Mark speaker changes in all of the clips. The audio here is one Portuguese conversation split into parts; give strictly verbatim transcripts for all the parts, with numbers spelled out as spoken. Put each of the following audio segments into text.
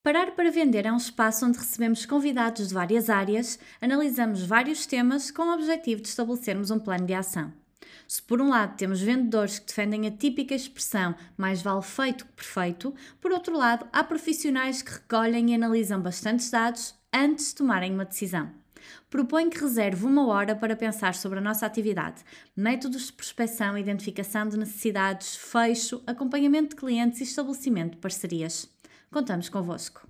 Speaker 1: Parar para Vender é um espaço onde recebemos convidados de várias áreas, analisamos vários temas com o objetivo de estabelecermos um plano de ação. Se por um lado temos vendedores que defendem a típica expressão mais vale feito que perfeito, por outro lado há profissionais que recolhem e analisam bastantes dados antes de tomarem uma decisão. Proponho que reserve uma hora para pensar sobre a nossa atividade, métodos de prospecção, identificação de necessidades, fecho, acompanhamento de clientes e estabelecimento de parcerias. Contamos convosco.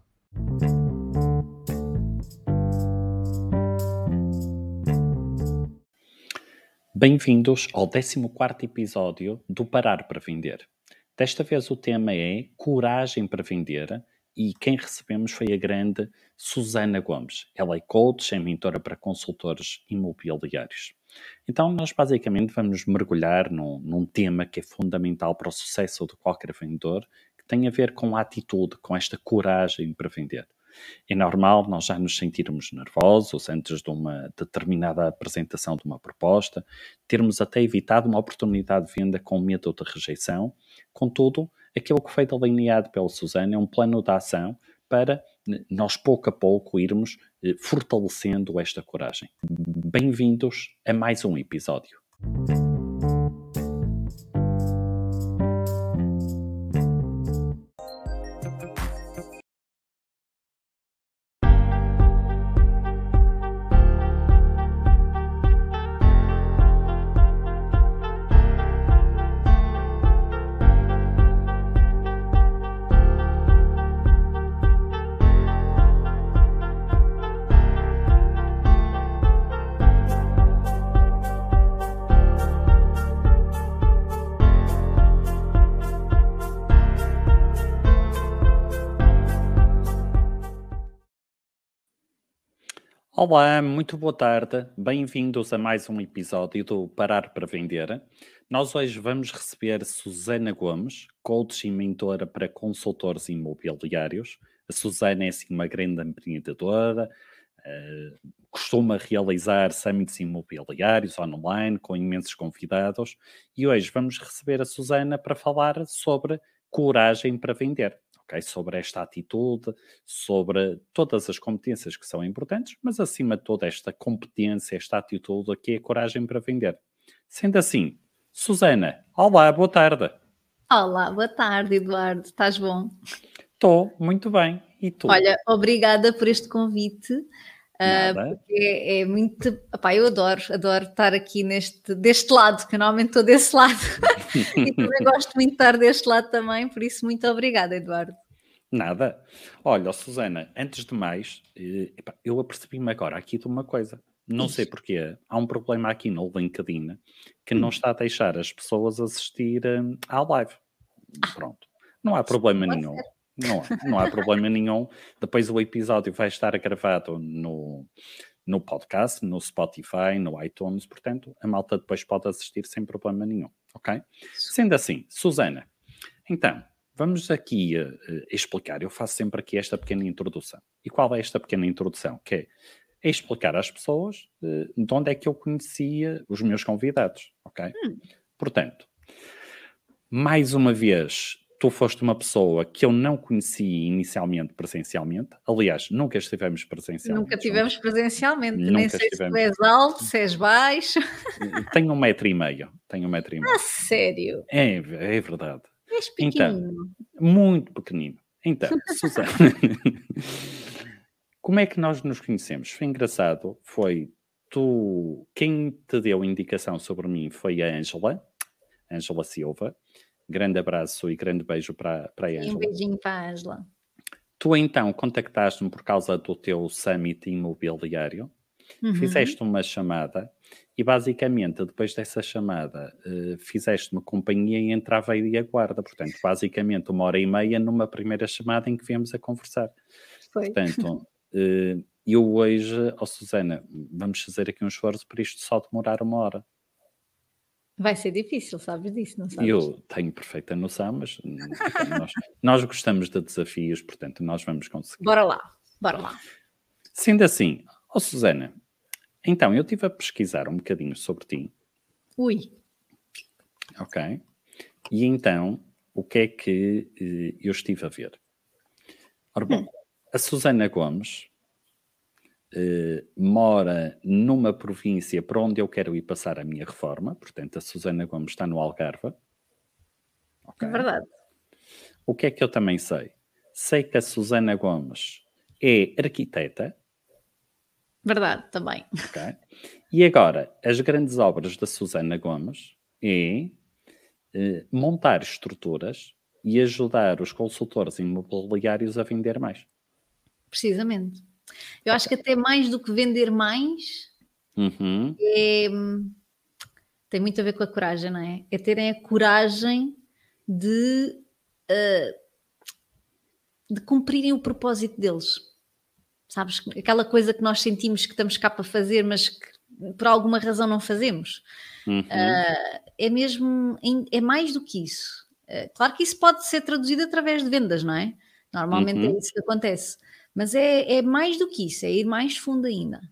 Speaker 2: Bem-vindos ao décimo quarto episódio do Parar para Vender. Desta vez o tema é Coragem para Vender e quem recebemos foi a grande Susana Gomes. Ela é coach, é mentora para consultores imobiliários. Então nós basicamente vamos mergulhar num, num tema que é fundamental para o sucesso de qualquer vendedor, que tem a ver com a atitude, com esta coragem para vender. É normal nós já nos sentirmos nervosos antes de uma determinada apresentação de uma proposta, termos até evitado uma oportunidade de venda com medo de rejeição. Contudo, aquilo que foi delineado pela Susana é um plano de ação para nós pouco a pouco irmos eh, fortalecendo esta coragem. Bem-vindos a mais um episódio. Olá, muito boa tarde. Bem-vindos a mais um episódio do Parar para Vender. Nós hoje vamos receber Susana Gomes, coach e mentora para consultores imobiliários. A Susana é assim uma grande empreendedora, uh, costuma realizar summits imobiliários online com imensos convidados e hoje vamos receber a Susana para falar sobre coragem para vender. Okay, sobre esta atitude, sobre todas as competências que são importantes, mas acima de toda esta competência, esta atitude que é a coragem para vender. Sendo assim, Susana, olá, boa tarde.
Speaker 3: Olá, boa tarde, Eduardo. Estás bom?
Speaker 2: Estou muito bem. E tu?
Speaker 3: Olha, obrigada por este convite.
Speaker 2: Nada.
Speaker 3: Uh, porque é, é muito. Epá, eu adoro, adoro estar aqui neste, deste lado, que eu normalmente estou desse lado. E também gosto muito de estar deste lado também, por isso, muito obrigada, Eduardo.
Speaker 2: Nada. Olha, Susana, antes de mais, epá, eu apercebi-me agora aqui de uma coisa. Não sei porquê, há um problema aqui no LinkedIn que não está a deixar as pessoas assistir hum, à live. Pronto. Não há problema nenhum. Não há, não há problema nenhum. Depois o episódio vai estar gravado no, no podcast, no Spotify, no iTunes. Portanto, a malta depois pode assistir sem problema nenhum. Ok? Sendo assim, Susana, então, vamos aqui uh, explicar. Eu faço sempre aqui esta pequena introdução. E qual é esta pequena introdução? Que é, é explicar às pessoas uh, de onde é que eu conhecia os meus convidados. Ok? Hum. Portanto, mais uma vez, tu foste uma pessoa que eu não conheci inicialmente presencialmente. Aliás, nunca estivemos presencialmente.
Speaker 3: Nunca tivemos juntos. presencialmente.
Speaker 2: Nunca
Speaker 3: Nem sei estivemos. Se tu és alto, se és baixo.
Speaker 2: Tenho um metro e meio. Tenho um metro e meio.
Speaker 3: Ah, sério?
Speaker 2: É, é verdade.
Speaker 3: És pequenino.
Speaker 2: Então, muito pequenino. Então, Susana, como é que nós nos conhecemos? Foi engraçado, foi tu, quem te deu indicação sobre mim foi a Ângela, Ângela Silva. Grande abraço e grande beijo para, para a Ângela.
Speaker 3: Um beijinho para a Ângela.
Speaker 2: Tu então contactaste-me por causa do teu summit imobiliário, uhum. Fizeste uma chamada e basicamente depois dessa chamada uh, fizeste-me companhia e entrava aí a guarda. Portanto, basicamente uma hora e meia numa primeira chamada em que viemos a conversar.
Speaker 3: Foi.
Speaker 2: Portanto, uh, eu hoje, oh Susana, vamos fazer aqui um esforço para isto só demorar uma hora.
Speaker 3: Vai ser difícil, sabes disso, não sabes?
Speaker 2: Eu tenho perfeita noção, mas nós, nós gostamos de desafios, portanto, nós vamos conseguir.
Speaker 3: Bora lá, bora lá.
Speaker 2: Sendo assim, ó oh Susana, então, eu estive a pesquisar um bocadinho sobre ti.
Speaker 3: Ui.
Speaker 2: Ok. E então, o que é que eh, eu estive a ver? Ora bom, hum. a Susana Gomes uh, mora numa província para onde eu quero ir passar a minha reforma, portanto a Susana Gomes está no Algarve. Okay.
Speaker 3: É verdade.
Speaker 2: O que é que eu também sei? Sei que a Susana Gomes é arquiteta.
Speaker 3: Verdade, também.
Speaker 2: Okay. E agora, as grandes obras da Susana Gomes é eh, montar estruturas e ajudar os consultores imobiliários a vender mais.
Speaker 3: Precisamente. Eu acho que até mais do que vender mais,
Speaker 2: uhum.
Speaker 3: é, tem muito a ver com a coragem, não é? É terem a coragem de, uh, de cumprirem o propósito deles. Sabes? Aquela coisa que nós sentimos que estamos cá para fazer, mas que por alguma razão não fazemos.
Speaker 2: Uhum.
Speaker 3: Uh, é mesmo, é mais do que isso. Uh, claro que isso pode ser traduzido através de vendas, não é? Normalmente
Speaker 2: uhum.
Speaker 3: é isso que acontece. Mas é, é mais do que isso, é ir mais fundo ainda.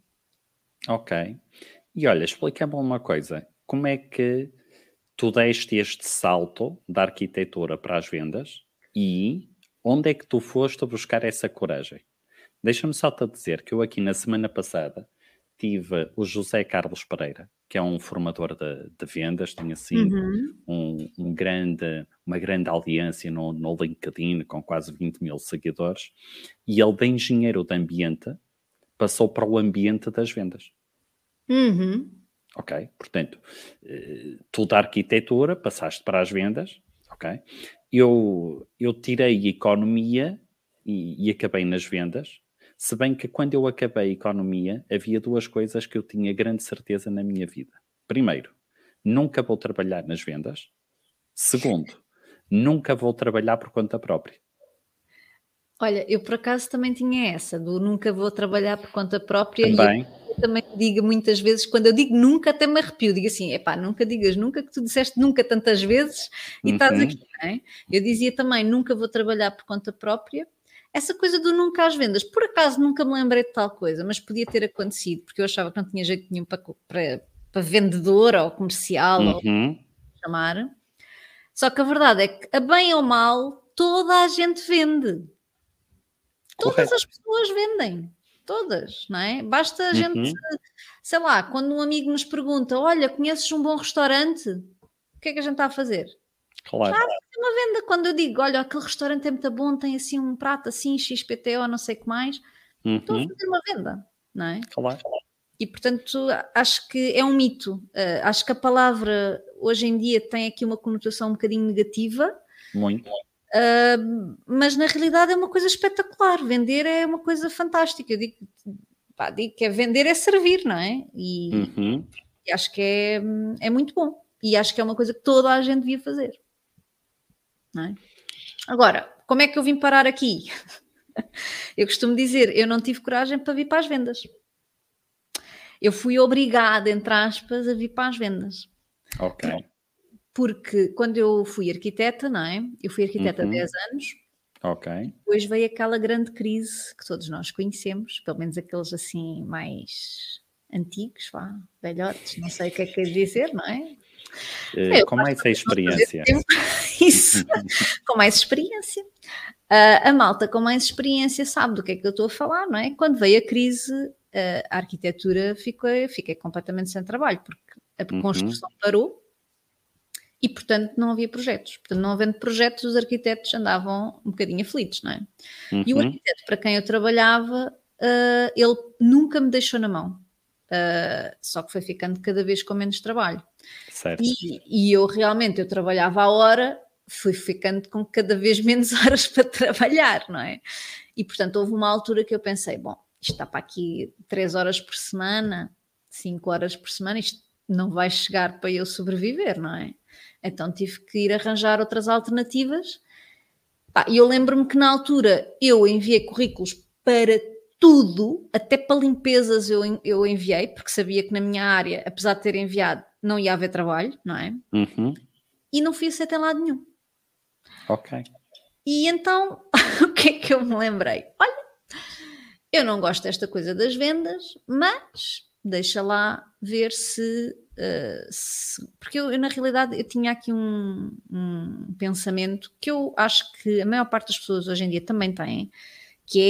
Speaker 2: Ok. E olha, explica-me uma coisa. Como é que tu deste este salto da arquitetura para as vendas e onde é que tu foste buscar essa coragem? Deixa-me só te dizer que eu aqui na semana passada tive o José Carlos Pereira, que é um formador de, de vendas, tem assim
Speaker 3: Uhum.
Speaker 2: um, um grande, uma grande audiência no, no LinkedIn, com quase vinte mil seguidores, e ele de engenheiro de ambiente passou para o ambiente das vendas.
Speaker 3: Uhum.
Speaker 2: Ok? Portanto, tu da arquitetura passaste para as vendas, ok? Eu, eu tirei economia e, e acabei nas vendas, se bem que quando eu acabei economia, havia duas coisas que eu tinha grande certeza na minha vida. Primeiro, nunca vou trabalhar nas vendas. Segundo, nunca vou trabalhar por conta própria.
Speaker 3: Olha, eu por acaso também tinha essa, do nunca vou trabalhar por conta própria.
Speaker 2: Também.
Speaker 3: E eu também digo muitas vezes, quando eu digo nunca, até me arrepio. Digo assim, epá, nunca digas nunca, que tu disseste nunca tantas vezes e
Speaker 2: Uhum.
Speaker 3: estás aqui, não é? Eu dizia também, nunca vou trabalhar por conta própria. Essa coisa do nunca às vendas, por acaso nunca me lembrei de tal coisa, mas podia ter acontecido, porque eu achava que não tinha jeito nenhum para, para, para vendedora ou comercial,
Speaker 2: Uhum.
Speaker 3: ou chamar. Só que a verdade é que, a bem ou mal, toda a gente vende. Todas
Speaker 2: Correto.
Speaker 3: as pessoas vendem, todas, não é? Basta a gente,
Speaker 2: Uhum.
Speaker 3: sei lá, quando um amigo nos pergunta, olha, conheces um bom restaurante? O que é que a gente está a fazer?
Speaker 2: Claro.
Speaker 3: Já é uma venda. Quando eu digo, olha, aquele restaurante é muito bom, tem assim um prato assim, X P T O, não sei o que mais, estou a
Speaker 2: Uhum.
Speaker 3: fazer uma venda, não é?
Speaker 2: Claro.
Speaker 3: E, portanto, acho que é um mito. Uh, acho que a palavra, hoje em dia, tem aqui uma conotação um bocadinho negativa.
Speaker 2: Muito.
Speaker 3: Uh, mas na realidade é uma coisa espetacular. Vender é uma coisa fantástica. Eu digo, pá, digo que é vender é servir, não é? E,
Speaker 2: Uhum.
Speaker 3: e acho que é, é muito bom. E acho que é uma coisa que toda a gente devia fazer. Não é? Agora, como é que eu vim parar aqui? Eu costumo dizer, eu não tive coragem para vir para as vendas. Eu fui obrigada, entre aspas, a vir para as vendas.
Speaker 2: Ok.
Speaker 3: Porque quando eu fui arquiteta, não é? Eu fui arquiteta
Speaker 2: Uhum.
Speaker 3: há dez anos.
Speaker 2: Ok.
Speaker 3: Depois veio aquela grande crise que todos nós conhecemos, pelo menos aqueles assim mais antigos, vá, velhotes, não sei o que é que quer dizer, não é?
Speaker 2: Uh,
Speaker 3: Eu
Speaker 2: com
Speaker 3: gosto
Speaker 2: mais
Speaker 3: de
Speaker 2: experiência.
Speaker 3: fazer tempo. Isso, com mais experiência. Uh, a malta com mais experiência sabe do que é que eu estou a falar, não é? Quando veio a crise, uh, a arquitetura ficou, fiquei completamente sem trabalho, porque a
Speaker 2: Uhum.
Speaker 3: construção parou. E, portanto, não havia projetos. Portanto, não havendo projetos, os arquitetos andavam um bocadinho aflitos, não é?
Speaker 2: Uhum.
Speaker 3: E o arquiteto para quem eu trabalhava, uh, ele nunca me deixou na mão. Uh, só que foi ficando cada vez com menos trabalho.
Speaker 2: Certo.
Speaker 3: E, e eu realmente, eu trabalhava à hora, fui ficando com cada vez menos horas para trabalhar, não é? E, portanto, houve uma altura que eu pensei, bom, isto está para aqui três horas por semana, cinco horas por semana, isto não vai chegar para eu sobreviver, não é? Então tive que ir arranjar outras alternativas. E eu lembro-me que na altura eu enviei currículos para tudo, até para limpezas eu, eu enviei, porque sabia que na minha área, apesar de ter enviado, não ia haver trabalho, não é?
Speaker 2: Uhum.
Speaker 3: E não fui aceita em lado nenhum.
Speaker 2: Ok.
Speaker 3: E então, o que é que eu me lembrei? Olha, eu não gosto desta coisa das vendas, mas deixa lá ver se... Uh, se porque eu, eu, na realidade, eu tinha aqui um, um pensamento que eu acho que a maior parte das pessoas hoje em dia também têm, que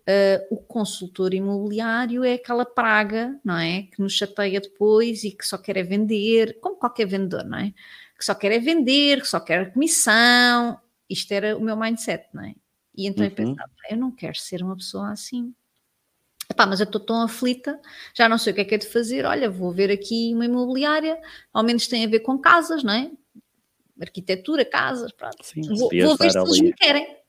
Speaker 3: Uh, o consultor imobiliário é aquela praga, não é? Que nos chateia depois e que só quer é vender, como qualquer vendedor, não é? Que só quer é vender, que só quer a comissão. Isto era o meu mindset, não é? E então eu
Speaker 2: Uhum.
Speaker 3: pensava, eu não quero ser uma pessoa assim. Epá, mas eu estou tão aflita, já não sei o que é que é de fazer. Olha, vou ver aqui uma imobiliária, ao menos tem a ver com casas, não é? Arquitetura, casas, pronto.
Speaker 2: Sim,
Speaker 3: Vou,
Speaker 2: podias
Speaker 3: vou ver
Speaker 2: dar
Speaker 3: se eles me
Speaker 2: ali.
Speaker 3: querem.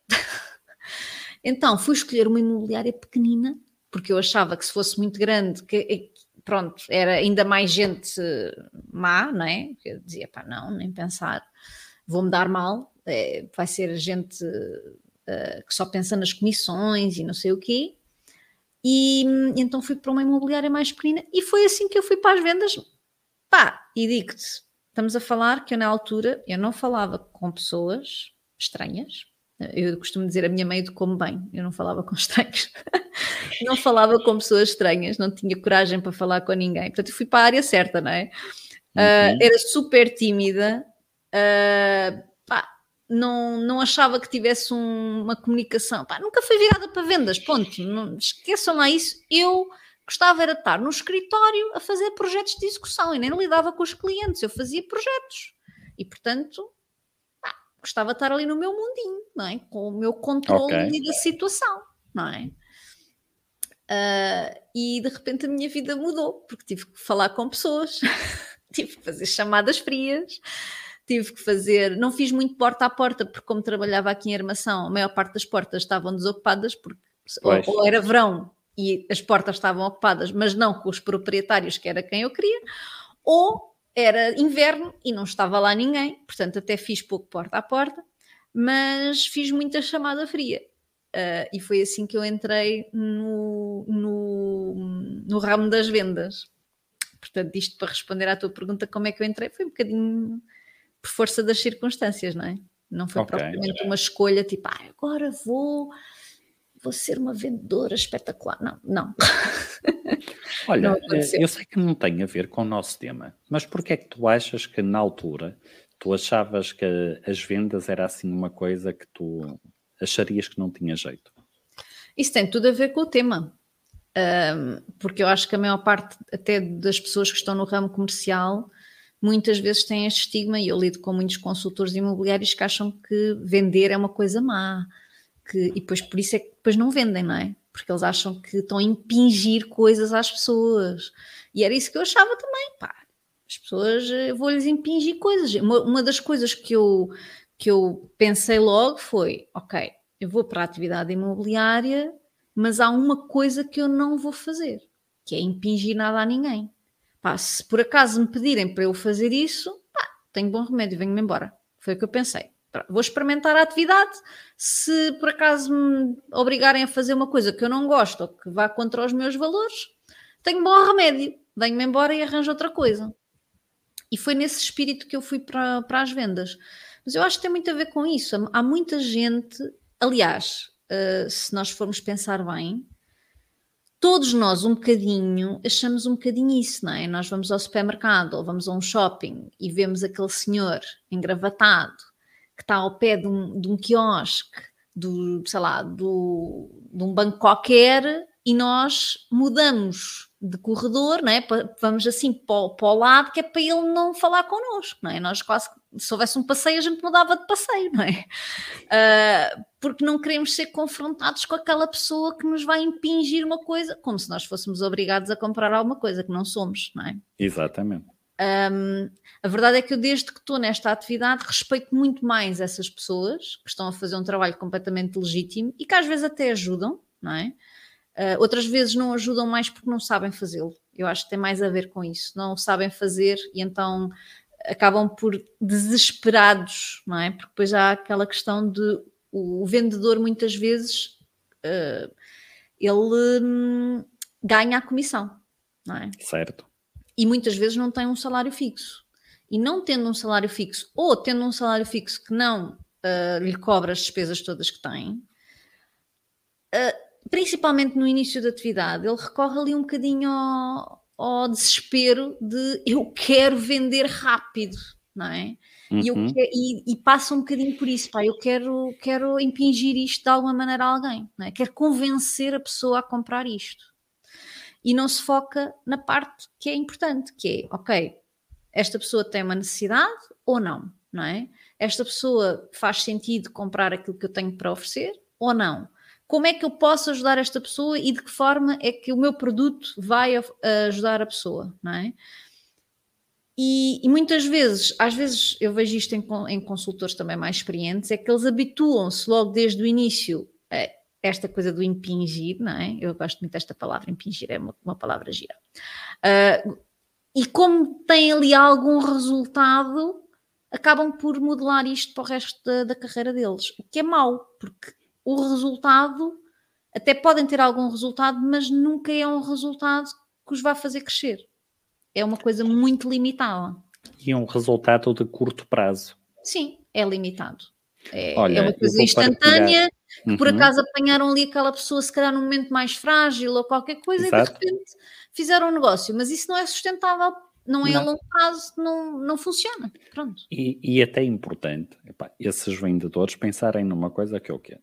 Speaker 3: Então fui escolher uma imobiliária pequenina, porque eu achava que se fosse muito grande, que pronto, era ainda mais gente má, não é? Eu dizia, pá, não, nem pensar, vou-me dar mal, é, vai ser gente uh, que só pensa nas comissões e não sei o quê. E então fui para uma imobiliária mais pequenina e foi assim que eu fui para as vendas. Pá, e digo-te, estamos a falar que eu na altura, eu não falava com pessoas estranhas. Eu costumo dizer, a minha mãe educou-me bem, eu não falava com estranhos. Não falava com pessoas estranhas, não tinha coragem para falar com ninguém. Portanto, eu fui para a área certa, não é?
Speaker 2: Uhum.
Speaker 3: Uh, era super tímida, uh, pá, não, não achava que tivesse um, uma comunicação, pá, nunca fui virada para vendas, ponto. Não, esqueçam lá isso. Eu gostava era de estar no escritório a fazer projetos de execução, eu nem lidava com os clientes, eu fazia projetos. E, portanto, pá, gostava de estar ali no meu mundinho, não é? Com o meu controle
Speaker 2: Ok.
Speaker 3: da situação, não é? Uh, e de repente a minha vida mudou, porque tive que falar com pessoas, tive que fazer chamadas frias, tive que fazer, não fiz muito porta a porta, porque como trabalhava aqui em armação, a maior parte das portas estavam desocupadas, porque ou, ou era verão e as portas estavam ocupadas, mas não com os proprietários, que era quem eu queria, ou era inverno e não estava lá ninguém, portanto até fiz pouco porta a porta, mas fiz muita chamada fria. Uh, e foi assim que eu entrei no, no, no ramo das vendas. Portanto, isto para responder à tua pergunta, como é que eu entrei, foi um bocadinho por força das circunstâncias, não é? Não foi
Speaker 2: Ok.
Speaker 3: propriamente uma escolha tipo, ah, agora vou, vou ser uma vendedora espetacular. Não, não.
Speaker 2: Olha,
Speaker 3: Não
Speaker 2: eh,
Speaker 3: aconteceu.
Speaker 2: eu sei que não tem a ver com o nosso tema, mas porquê é que tu achas que na altura tu achavas que as vendas era assim uma coisa que tu acharias que não tinha jeito?
Speaker 3: Isso tem tudo a ver com o tema. Um, porque eu acho que a maior parte até das pessoas que estão no ramo comercial muitas vezes têm este estigma, e eu lido com muitos consultores imobiliários que acham que vender é uma coisa má, que, e depois por isso é que depois não vendem, não é? Porque eles acham que estão a impingir coisas às pessoas, e era isso que eu achava também, pá, as pessoas, eu vou-lhes impingir coisas. Uma, uma das coisas que eu, que eu pensei logo foi, ok, eu vou para a atividade imobiliária, mas há uma coisa que eu não vou fazer, que é impingir nada a ninguém. Pá, se por acaso me pedirem para eu fazer isso, pá, tenho bom remédio, venho-me embora. Foi o que eu pensei. Vou experimentar a atividade, se por acaso me obrigarem a fazer uma coisa que eu não gosto ou que vá contra os meus valores, tenho bom remédio, venho-me embora e arranjo outra coisa. E foi nesse espírito que eu fui para, para as vendas. Mas eu acho que tem muito a ver com isso. Há muita gente, aliás, uh, se nós formos pensar bem, todos nós um bocadinho, achamos um bocadinho isso, não é? Nós vamos ao supermercado ou vamos a um shopping e vemos aquele senhor engravatado que está ao pé de um, de um quiosque, do, sei lá, do, de um banco qualquer, e nós mudamos de corredor, não é? Vamos assim para o, para o lado, que é para ele não falar connosco, não é? Nós quase, se houvesse um passeio, a gente mudava de passeio, não é? Uh, porque não queremos ser confrontados com aquela pessoa que nos vai impingir uma coisa, como se nós fôssemos obrigados a comprar alguma coisa, que não somos, não é?
Speaker 2: Exatamente.
Speaker 3: Um, a verdade é que eu, desde que estou nesta atividade, respeito muito mais essas pessoas que estão a fazer um trabalho completamente legítimo e que às vezes até ajudam, não é? Uh, outras vezes não ajudam mais porque não sabem fazê-lo. Eu acho que tem mais a ver com isso. Não sabem fazer e então acabam por desesperados, não é? Porque depois há aquela questão de o vendedor muitas vezes uh, ele hum, ganha a comissão, não é?
Speaker 2: Certo.
Speaker 3: E muitas vezes não tem um salário fixo. E não tendo um salário fixo, ou tendo um salário fixo que não uh, lhe cobra as despesas todas que tem, uh, principalmente no início da atividade, ele recorre ali um bocadinho ao, ao desespero de eu quero vender rápido, não é? E, eu
Speaker 2: Uhum.
Speaker 3: que- e- e passa um bocadinho por isso, pá, eu quero, quero impingir isto de alguma maneira a alguém, não é? Quero convencer a pessoa a comprar isto. E não se foca na parte que é importante, que é, ok, esta pessoa tem uma necessidade ou não, não é? Esta pessoa faz sentido comprar aquilo que eu tenho para oferecer ou não? Como é que eu posso ajudar esta pessoa e de que forma é que o meu produto vai a- a ajudar a pessoa, não é? E, e muitas vezes, às vezes eu vejo isto em, con- em consultores também mais experientes, é que eles habituam-se logo desde o início a esta coisa do impingir, não é? Eu gosto muito desta palavra, impingir é uma, uma palavra gira. Ah, e como têm ali algum resultado, acabam por modelar isto para o resto da, da carreira deles, o que é mau, porque o resultado, até podem ter algum resultado, mas nunca é um resultado que os vai fazer crescer. É uma coisa muito limitada.
Speaker 2: E um resultado de curto prazo.
Speaker 3: Sim, é limitado. É, é uma
Speaker 2: Olha, eu
Speaker 3: coisa
Speaker 2: vou partilhar.
Speaker 3: instantânea, que por
Speaker 2: Uhum.
Speaker 3: acaso apanharam ali aquela pessoa, se calhar num momento mais frágil ou qualquer coisa, e de
Speaker 2: Exato.
Speaker 3: repente fizeram um negócio, mas isso não é sustentável, não é a
Speaker 2: Não.
Speaker 3: longo prazo, não, não funciona. Pronto.
Speaker 2: E, e até é importante, epá, esses vendedores pensarem numa coisa que é o quê?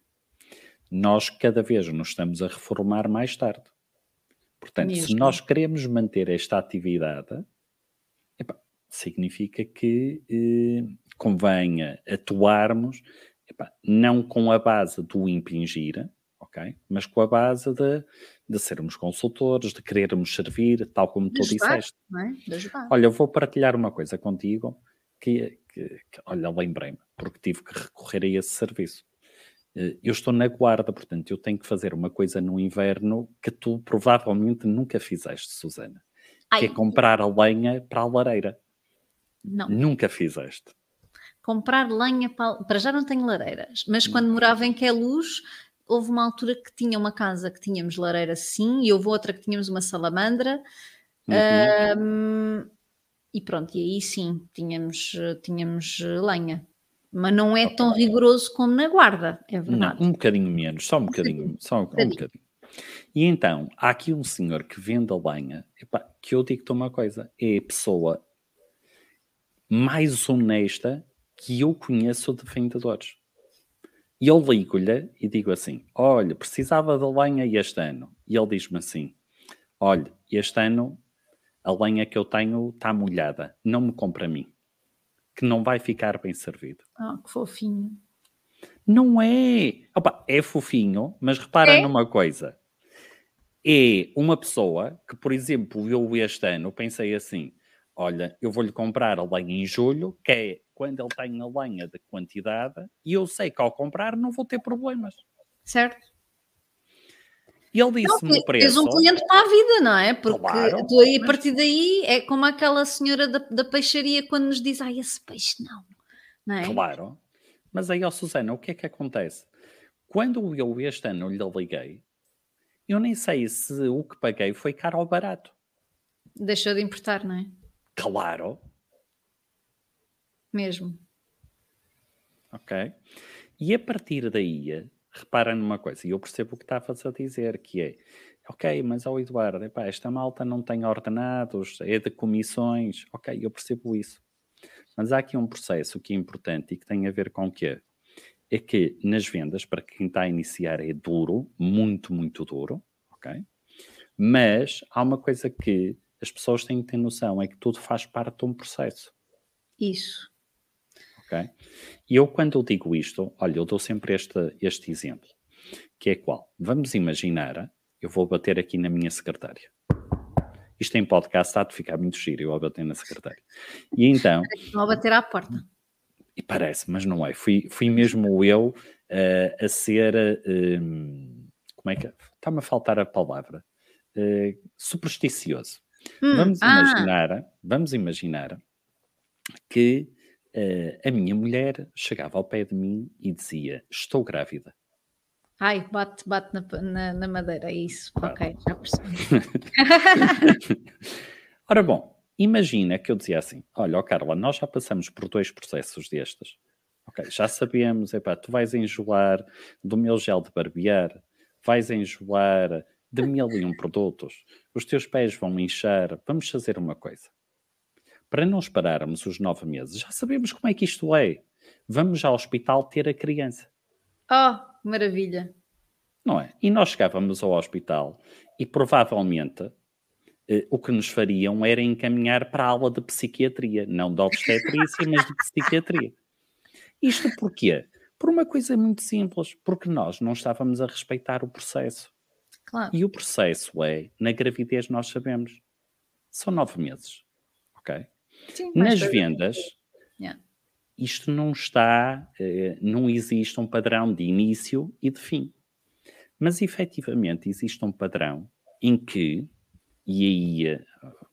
Speaker 2: Nós cada vez nos estamos a reformar mais tarde. Portanto, se
Speaker 3: Mesmo.
Speaker 2: nós queremos manter esta atividade, epá, significa que eh, convenha atuarmos, epá, não com a base do impingir, ok? Mas com a base de, de sermos consultores, de querermos servir, tal como
Speaker 3: De
Speaker 2: tu
Speaker 3: ajudar,
Speaker 2: disseste.
Speaker 3: não é? De ajudar.
Speaker 2: Olha, eu vou partilhar uma coisa contigo que, que, que olha, lembrei-me, porque tive que recorrer a esse serviço. Eh, Eu estou na guarda, portanto, eu tenho que fazer uma coisa no inverno que tu provavelmente nunca fizeste, Susana, que é
Speaker 3: Ai,
Speaker 2: comprar a lenha para a lareira.
Speaker 3: não.
Speaker 2: Nunca fizeste.
Speaker 3: Comprar lenha para, para já não tenho lareiras, mas quando morava em Queluz, houve uma altura que tinha uma casa que tínhamos lareira sim, e houve outra que tínhamos uma salamandra.
Speaker 2: Uhum.
Speaker 3: Hum, e pronto, e aí sim, tínhamos, eh, tínhamos eh, lenha. Mas não é
Speaker 2: Ok.
Speaker 3: tão rigoroso como na guarda, é
Speaker 2: Não,
Speaker 3: verdade.
Speaker 2: um bocadinho menos, só um
Speaker 3: Um
Speaker 2: bocadinho,
Speaker 3: bocadinho,
Speaker 2: só
Speaker 3: um
Speaker 2: um, um
Speaker 3: bocadinho.
Speaker 2: bocadinho. E então, há aqui um senhor que vende a lenha, epá, que eu digo-te uma coisa, é a pessoa mais honesta que eu conheço de vendedores. E eu ligo-lhe e digo assim: olha, precisava da lenha este ano. E ele diz-me assim: olha, este ano a lenha que eu tenho está molhada, não me compra a mim, que não vai ficar bem servido.
Speaker 3: Ah, que fofinho.
Speaker 2: Não é! Opa, é fofinho, mas repara
Speaker 3: É?
Speaker 2: numa coisa. É uma pessoa que, por exemplo, eu este ano pensei assim: olha, eu vou-lhe comprar a lenha em julho, que é quando ele tem a lenha de quantidade, e eu sei que ao comprar não vou ter problemas.
Speaker 3: Certo?
Speaker 2: E ele
Speaker 3: Não,
Speaker 2: disse-me o
Speaker 3: tens um
Speaker 2: preço,
Speaker 3: cliente para a vida, não é? Porque
Speaker 2: claro,
Speaker 3: tu aí, a
Speaker 2: mas
Speaker 3: partir daí, é como aquela senhora da, da peixaria quando nos diz, ai, esse peixe não, não é?
Speaker 2: claro. Mas aí, ó Susana, o que é que acontece? Quando eu este ano lhe liguei, eu nem sei se o que paguei foi caro ou barato.
Speaker 3: Deixou de importar, não é?
Speaker 2: Claro,
Speaker 3: Mesmo.
Speaker 2: ok? E a partir daí, repara numa coisa, e eu percebo o que estavas a dizer, que é, ok, mas ao Eduardo, epá, esta malta não tem ordenados, é de comissões, ok, eu percebo isso. Mas há aqui um processo que é importante e que tem a ver com o quê? É que nas vendas, para quem está a iniciar, é duro, muito, muito duro, ok? Mas há uma coisa que as pessoas têm que ter noção, é que tudo faz parte de um processo,
Speaker 3: Isso.
Speaker 2: ok? E eu quando eu digo isto, olha, eu dou sempre este, este exemplo, que é qual? Vamos imaginar, eu vou bater aqui na minha secretária. Isto em podcast há de ficar muito giro, eu vou bater na secretária. E então,
Speaker 3: Estão a bater à porta.
Speaker 2: e parece, mas não é, fui, fui mesmo eu uh, a ser, uh, um, como é que, está-me a faltar a palavra, uh, supersticioso.
Speaker 3: Hum,
Speaker 2: Vamos
Speaker 3: ah,
Speaker 2: imaginar, vamos imaginar que uh, a minha mulher chegava ao pé de mim e dizia, estou grávida.
Speaker 3: ai, bate, bate na, na, na madeira, é isso.
Speaker 2: Bate.
Speaker 3: Ok, já percebi.
Speaker 2: Ora bom, imagina que eu dizia assim, olha, oh Carla, nós já passamos por dois processos destes. Ok, já sabemos, epá, tu vais enjoar do meu gel de barbear, vais enjoar de mil e um produtos, os teus pés vão inchar, vamos fazer uma coisa. para não esperarmos os nove meses, já sabemos como é que isto é. Vamos ao hospital ter a criança.
Speaker 3: Oh, maravilha.
Speaker 2: Não é? E nós chegávamos ao hospital e provavelmente eh, o que nos fariam era encaminhar para a aula de psiquiatria, não de obstetrícia, mas de psiquiatria. Isto porquê? Por uma coisa muito simples, porque nós não estávamos a respeitar o processo.
Speaker 3: Claro.
Speaker 2: E o processo é, na gravidez nós sabemos, são nove meses, ok?
Speaker 3: Sim, mais
Speaker 2: Nas
Speaker 3: tarde.
Speaker 2: vendas,
Speaker 3: Yeah.
Speaker 2: isto não está, eh, não existe um padrão de início e de fim. Mas, efetivamente, existe um padrão em que, e aí eh,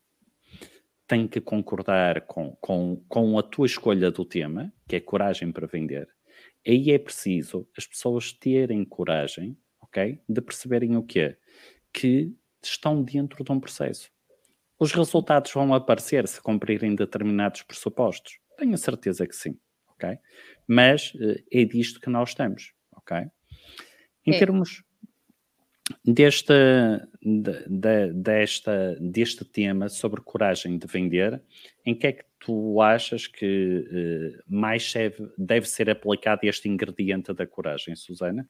Speaker 2: tenho que concordar com, com, com a tua escolha do tema, que é coragem para vender, aí é preciso as pessoas terem coragem, ok? De perceberem o quê? Que estão dentro de um processo. Os resultados vão aparecer se cumprirem determinados pressupostos. Tenho a certeza que sim, ok? Mas eh, é disto que nós estamos, ok? Em
Speaker 3: É.
Speaker 2: termos deste, de, de, desta, deste tema sobre coragem de vender, em que é que tu achas que eh, mais deve, deve ser aplicado este ingrediente da coragem, Susana?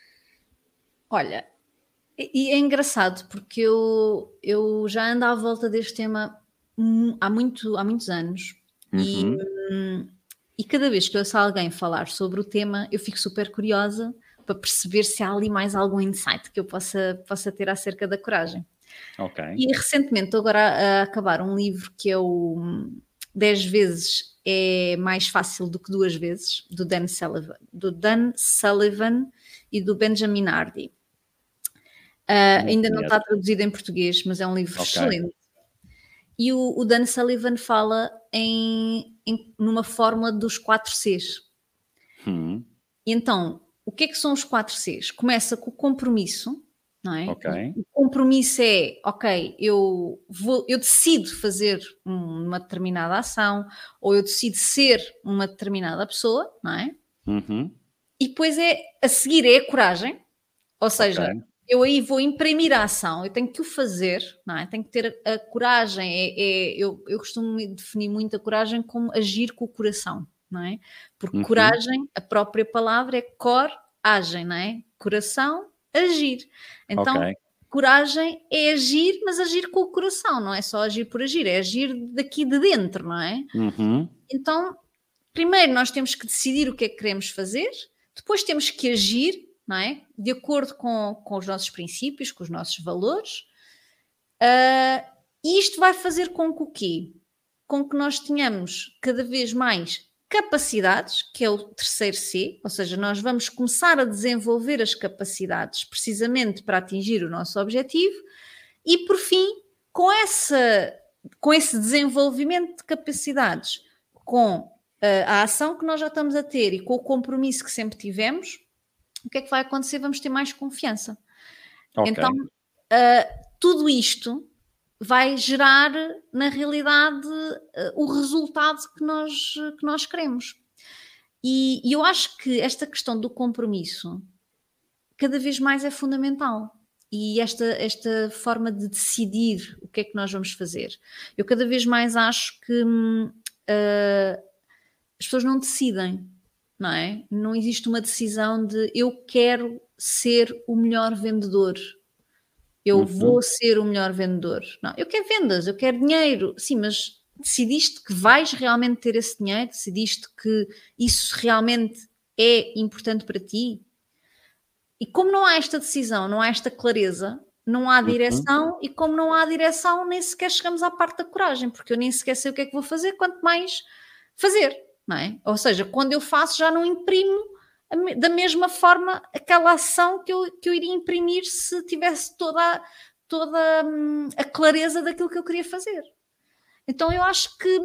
Speaker 3: Olha, e e é engraçado porque eu, eu já ando à volta deste tema hum, há, muito, há muitos anos e,
Speaker 2: Uhum.
Speaker 3: hum, e cada vez que eu ouço alguém falar sobre o tema, eu fico super curiosa para perceber se há ali mais algum insight que eu possa, possa ter acerca da coragem.
Speaker 2: Ok.
Speaker 3: E recentemente estou agora a, a acabar um livro que é o hum, dez vezes é mais fácil do que duas vezes, do Dan Sullivan, do Dan Sullivan e do Benjamin Hardy. Uh,
Speaker 2: Não
Speaker 3: ainda não
Speaker 2: conheço.
Speaker 3: está traduzido em português, mas é um livro
Speaker 2: Ok.
Speaker 3: excelente. E o, o Dan Sullivan fala em, em- numa fórmula dos quatro Cs.
Speaker 2: Hum,
Speaker 3: E então, o que é que são os quatro Cs? Começa com o compromisso, não é?
Speaker 2: Ok.
Speaker 3: O compromisso é, ok, eu, vou, eu decido fazer um- uma determinada ação, ou eu decido ser uma determinada pessoa, não é?
Speaker 2: uhum,
Speaker 3: E depois é, a seguir é a coragem, ou seja,
Speaker 2: Ok.
Speaker 3: eu aí vou imprimir a ação, eu tenho que o fazer, não é? Tenho que ter a, a coragem, é, é- eu, eu costumo definir muito a coragem como agir com o coração, não é? Porque
Speaker 2: Uhum.
Speaker 3: coragem, a própria palavra é coragem, não é? Coração, agir. Então,
Speaker 2: Ok.
Speaker 3: coragem é agir, mas agir com o coração, não é só agir por agir, é agir daqui de dentro, não é?
Speaker 2: Uhum,
Speaker 3: Então, primeiro nós temos que decidir o que é que queremos fazer, depois temos que agir, não é? De acordo com, com os nossos princípios, com os nossos valores. Ah, e isto vai fazer com que o quê? Com que nós tenhamos cada vez mais capacidades, que é o terceiro C, ou seja, nós vamos começar a desenvolver as capacidades precisamente para atingir o nosso objetivo e, por fim, com, essa, com esse desenvolvimento de capacidades, com uh, a ação que nós já estamos a ter e com o compromisso que sempre tivemos, o que é que vai acontecer? Vamos ter mais confiança.
Speaker 2: ok.
Speaker 3: Então, uh, tudo isto vai gerar, na realidade, uh, o resultado que nós, que nós queremos. E, e eu acho que esta questão do compromisso cada vez mais é fundamental. E esta, esta forma de decidir o que é que nós vamos fazer. Eu cada vez mais acho que hum, uh, as pessoas não decidem, não é? Não existe uma decisão de eu quero ser o melhor vendedor. Eu
Speaker 2: Uhum.
Speaker 3: vou ser o melhor vendedor. Não, eu quero vendas, eu quero dinheiro. Sim, mas decidiste que vais realmente ter esse dinheiro? Decidiste que isso realmente é importante para ti? E como não há esta decisão, não há esta clareza, não há
Speaker 2: Uhum.
Speaker 3: direção, e como não há direção, nem sequer chegamos à parte da coragem, porque eu nem sequer sei o que é que vou fazer, quanto mais fazer, não é? Ou seja, quando eu faço já não imprimo a me- da mesma forma aquela ação que eu, que eu iria imprimir se tivesse toda, a- toda hum, a clareza daquilo que eu queria fazer. Então eu acho que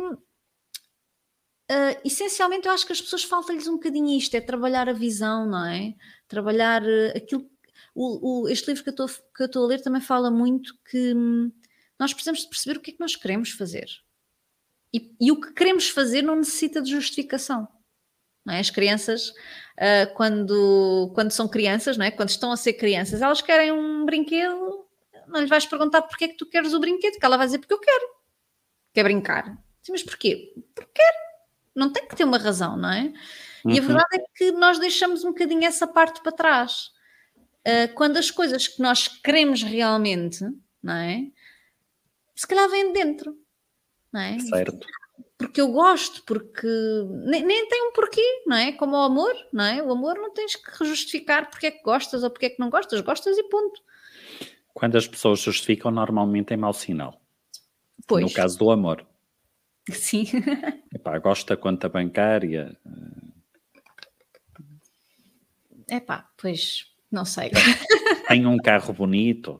Speaker 3: Uh, essencialmente eu acho que as pessoas falta-lhes um bocadinho isto, é trabalhar a visão, não é? Trabalhar uh, aquilo. O, o- este livro que eu estou que eu estou a ler também fala muito que hum, nós precisamos de perceber o que é que nós queremos fazer. E, e o que queremos fazer não necessita de justificação. Não é? As crianças, uh, quando, quando são crianças, não é? Quando estão a ser crianças, elas querem um brinquedo, não lhes vais perguntar porque é que tu queres o brinquedo, que ela vai dizer porque eu quero, quer brincar. Sim, mas porquê? Porque quer. Não tem que ter uma razão, não é?
Speaker 2: Uhum.
Speaker 3: E a verdade é que nós deixamos um bocadinho essa parte para trás. Uh, quando as coisas que nós queremos realmente, não é? Se calhar vêm de dentro, não é?
Speaker 2: Certo.
Speaker 3: Porque eu gosto, porque nem, nem tem um porquê, não é? Como o amor, não é? O amor não tens que justificar porque é que gostas ou porque é que não gostas, gostas e ponto.
Speaker 2: Quando as pessoas justificam, normalmente é mau sinal.
Speaker 3: Pois.
Speaker 2: No caso do amor.
Speaker 3: Sim.
Speaker 2: Epá, gosto da conta bancária.
Speaker 3: Epá, pois, não sei.
Speaker 2: Tem um carro bonito.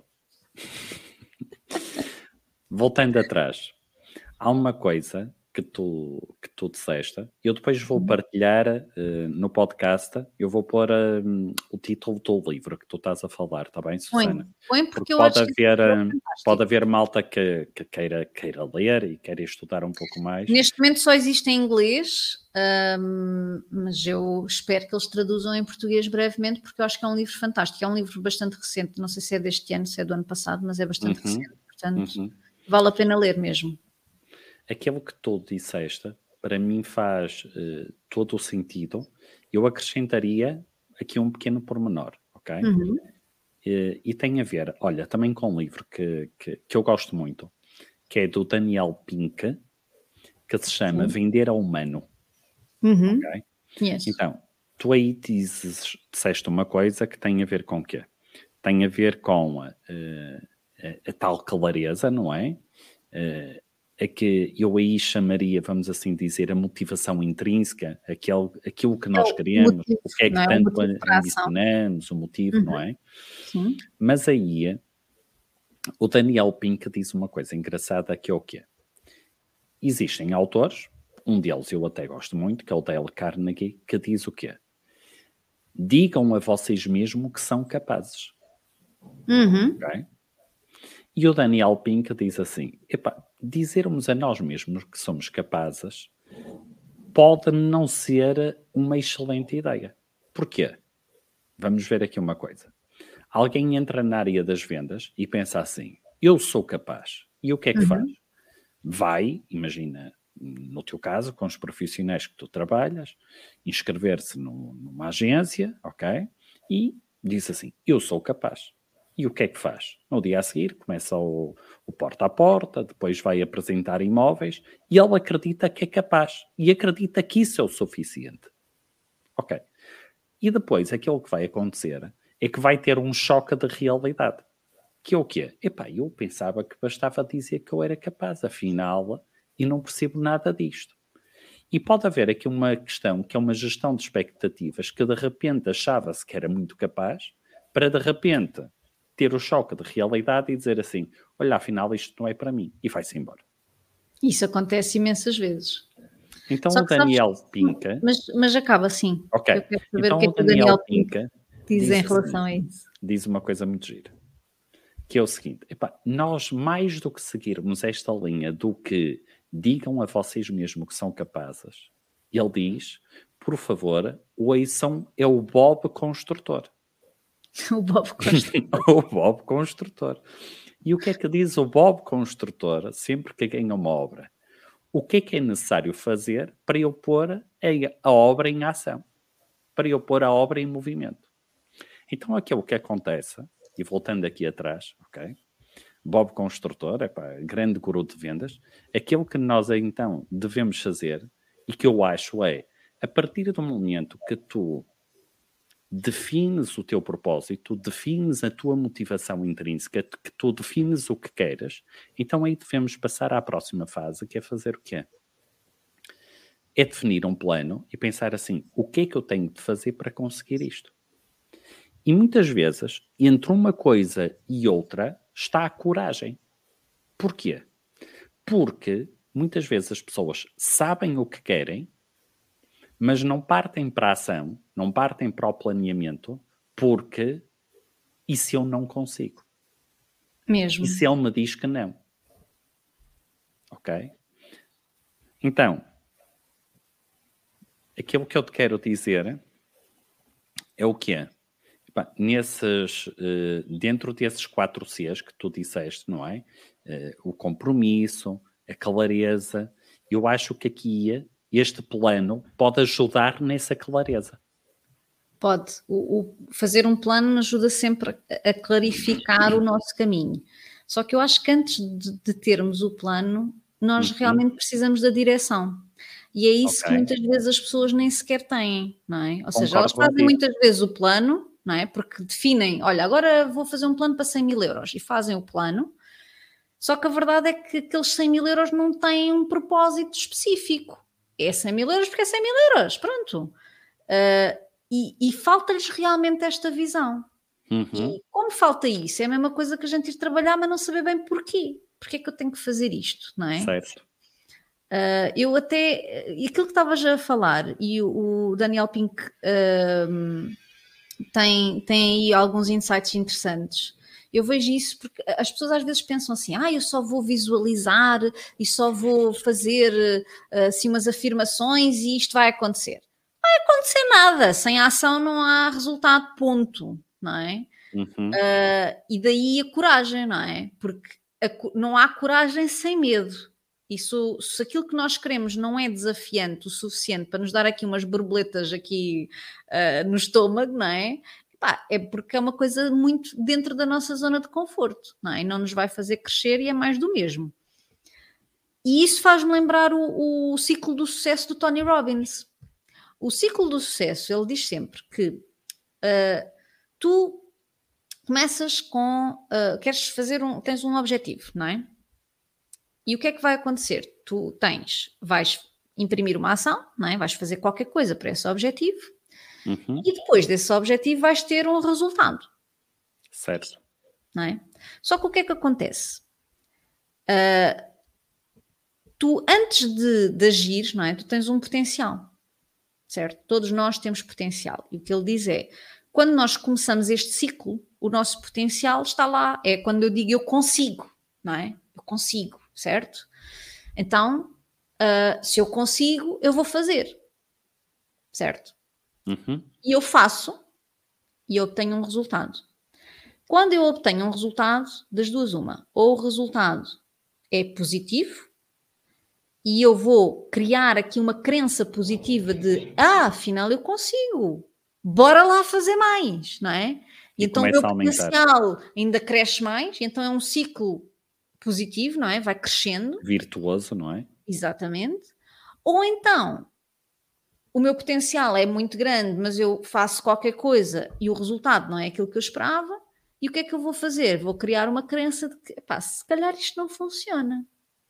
Speaker 2: Voltando atrás, há uma coisa que tu, que tu disseste, eu depois vou partilhar uh, no podcast, eu vou pôr uh, o título do livro que tu estás a falar, está bem, Susana?
Speaker 3: Põe, põe porque,
Speaker 2: porque
Speaker 3: eu
Speaker 2: pode
Speaker 3: acho
Speaker 2: haver,
Speaker 3: que é
Speaker 2: uh, pode haver malta que, que queira, queira ler e queira estudar um pouco mais.
Speaker 3: Neste momento só existe em inglês, um, mas eu espero que eles traduzam em português brevemente, porque eu acho que é um livro fantástico, é um livro bastante recente, não sei se é deste ano, se é do ano passado, mas é bastante
Speaker 2: Uhum,
Speaker 3: recente, portanto
Speaker 2: uhum.
Speaker 3: vale a pena ler mesmo.
Speaker 2: Aquilo que tu disseste, para mim faz uh, todo o sentido. Eu acrescentaria aqui um pequeno pormenor, ok?
Speaker 3: Uhum.
Speaker 2: Uh, e tem a ver, olha, também com um livro que, que, que eu gosto muito, que é do Daniel Pink, que se chama
Speaker 3: Sim.
Speaker 2: Vender ao Humano.
Speaker 3: Uhum.
Speaker 2: Ok?
Speaker 3: Yes.
Speaker 2: Então, tu aí dizes, disseste uma coisa que tem a ver com o quê? Tem a ver com a, a, a tal clareza, não é? Uh, a que eu aí chamaria, vamos assim dizer, a motivação intrínseca, aquele, aquilo que nós
Speaker 3: É o
Speaker 2: queremos,
Speaker 3: motivo,
Speaker 2: o que é que
Speaker 3: não é? O
Speaker 2: tanto
Speaker 3: motivo para a ação.
Speaker 2: ambicionamos, o motivo,
Speaker 3: Uhum.
Speaker 2: não é?
Speaker 3: Sim.
Speaker 2: Mas aí, o Daniel Pink diz uma coisa engraçada que é o quê? Existem autores, um deles eu até gosto muito, que é o Dale Carnegie, que diz o quê? Digam a vocês mesmos que são capazes.
Speaker 3: Uhum.
Speaker 2: Ok? E o Daniel Pink diz assim, epá, dizermos a nós mesmos que somos capazes pode não ser uma excelente ideia. Porquê? Vamos ver aqui uma coisa. Alguém entra na área das vendas e pensa assim, eu sou capaz. E o que é que
Speaker 3: Uhum.
Speaker 2: faz? Vai, imagina, no teu caso, com os profissionais que tu trabalhas, inscrever-se no, numa agência, ok? E diz assim, eu sou capaz. E o que é que faz? No dia a seguir começa o, o porta a porta, depois vai apresentar imóveis e ele acredita que é capaz e acredita que isso é o suficiente. Ok. E depois aquilo que vai acontecer é que vai ter um choque de realidade. Que é o quê? Epá, eu pensava que bastava dizer que eu era capaz, afinal, e não percebo nada disto. E pode haver aqui uma questão que é uma gestão de expectativas que de repente achava-se que era muito capaz, para de repente ter o choque de realidade e dizer assim, olha, afinal isto não é para mim, e vai-se embora.
Speaker 3: Isso acontece imensas vezes.
Speaker 2: Então
Speaker 3: Só
Speaker 2: o
Speaker 3: que
Speaker 2: Daniel
Speaker 3: sabes,
Speaker 2: Pinca...
Speaker 3: mas, mas acaba assim.
Speaker 2: Ok,
Speaker 3: Eu quero saber
Speaker 2: então
Speaker 3: o que é
Speaker 2: o
Speaker 3: que o
Speaker 2: Daniel
Speaker 3: Daniel Pink
Speaker 2: Pinca
Speaker 3: diz
Speaker 2: diz
Speaker 3: em
Speaker 2: assim,
Speaker 3: relação a isso.
Speaker 2: diz uma coisa muito gira, que é o seguinte, epá, nós mais do que seguirmos esta linha do que digam a vocês mesmos que são capazes, ele diz, por favor, ouçam é o Bob Construtor.
Speaker 3: O Bob Construtor.
Speaker 2: O Bob Construtor. E o que é que diz o Bob Construtor sempre que ganha uma obra? O que é que é necessário fazer para eu pôr a, a obra em ação? Para eu pôr a obra em movimento? Então aqui é o que acontece, e voltando aqui atrás, ok? Bob Construtor, epá, grande guru de vendas, aquilo que nós então devemos fazer, e que eu acho é, a partir do momento que tu defines o teu propósito, defines a tua motivação intrínseca, que tu defines o que queres, então aí devemos passar à próxima fase, que é fazer o quê? É definir um plano e pensar assim, o que é que eu tenho de fazer para conseguir isto? E muitas vezes, entre uma coisa e outra, está a coragem. Porquê? Porque muitas vezes as pessoas sabem o que querem, mas não partem para a ação, não partem para o planeamento, porque e se eu não consigo?
Speaker 3: Mesmo.
Speaker 2: E se ele me diz que não? Ok? Então, aquilo que eu te quero dizer é o quê? Epá, nesses, uh, dentro desses quatro Cs que tu disseste, não é? Uh, o compromisso, a clareza eu acho que aqui este plano pode ajudar nessa clareza.
Speaker 3: Pode. O, o fazer um plano ajuda sempre a, a clarificar o nosso caminho. Só que eu acho que antes de, de termos o plano, nós
Speaker 2: Uhum.
Speaker 3: realmente precisamos da direção. E é isso
Speaker 2: Ok.
Speaker 3: que muitas vezes as pessoas nem sequer têm, não é? Ou seja,
Speaker 2: Concordo
Speaker 3: elas fazem
Speaker 2: contigo.
Speaker 3: muitas vezes o plano, não é? Porque definem, olha, agora vou fazer um plano para cem mil euros e fazem o plano, só que a verdade é que aqueles cem mil euros não têm um propósito específico. É cem mil euros porque é cem mil euros, pronto. Uh, e e falta-lhes realmente esta visão.
Speaker 2: Uhum.
Speaker 3: E como falta isso, é a mesma coisa que a gente ir trabalhar, mas não saber bem porquê. Porquê é que eu tenho que fazer isto, não é?
Speaker 2: Certo.
Speaker 3: Uh, eu até, e aquilo que estavas a falar, e o, o Daniel Pink um, tem, tem aí alguns insights interessantes. Eu vejo isso porque as pessoas às vezes pensam assim, ah, eu só vou visualizar e só vou fazer assim umas afirmações e isto vai acontecer. Não vai acontecer nada, sem ação não há resultado, ponto, não é?
Speaker 2: Uhum.
Speaker 3: Uh, e daí a coragem, não é? Porque a, não há coragem sem medo. E se, se aquilo que nós queremos não é desafiante o suficiente para nos dar aqui umas borboletas aqui uh, no estômago, não é? Pá, é porque é uma coisa muito dentro da nossa zona de conforto, não é? E não nos vai fazer crescer e é mais do mesmo. E isso faz-me lembrar o, o ciclo do sucesso do Tony Robbins. O ciclo do sucesso, ele diz sempre que uh, tu começas com, uh, queres fazer um, tens um objetivo, não é? E o que é que vai acontecer? Tu tens, vais imprimir uma ação, não é? Vais fazer qualquer coisa para esse objetivo,
Speaker 2: uhum.
Speaker 3: E depois desse objetivo vais ter um resultado.
Speaker 2: Certo.
Speaker 3: Não é? Só que o que é que acontece? Uh, tu, antes de, de agir, não é? Tu tens um potencial, certo? Todos nós temos potencial. E o que ele diz é, quando nós começamos este ciclo, o nosso potencial está lá. É quando eu digo eu consigo, não é? Eu consigo, certo? Então, uh, se eu consigo, eu vou fazer, certo?
Speaker 2: Uhum.
Speaker 3: E eu faço e eu obtenho um resultado. Quando eu obtenho um resultado, das duas uma, ou o resultado é positivo e eu vou criar aqui uma crença positiva de ah, afinal eu consigo, bora lá fazer mais, não é? E,
Speaker 2: E
Speaker 3: então o meu
Speaker 2: começa a aumentar.
Speaker 3: potencial ainda cresce mais, então é um ciclo positivo, não é? Vai crescendo.
Speaker 2: Virtuoso, não é?
Speaker 3: Exatamente. Ou então o meu potencial é muito grande, mas eu faço qualquer coisa e o resultado não é aquilo que eu esperava. E o que é que eu vou fazer? Vou criar uma crença de que, pá, se calhar isto não funciona.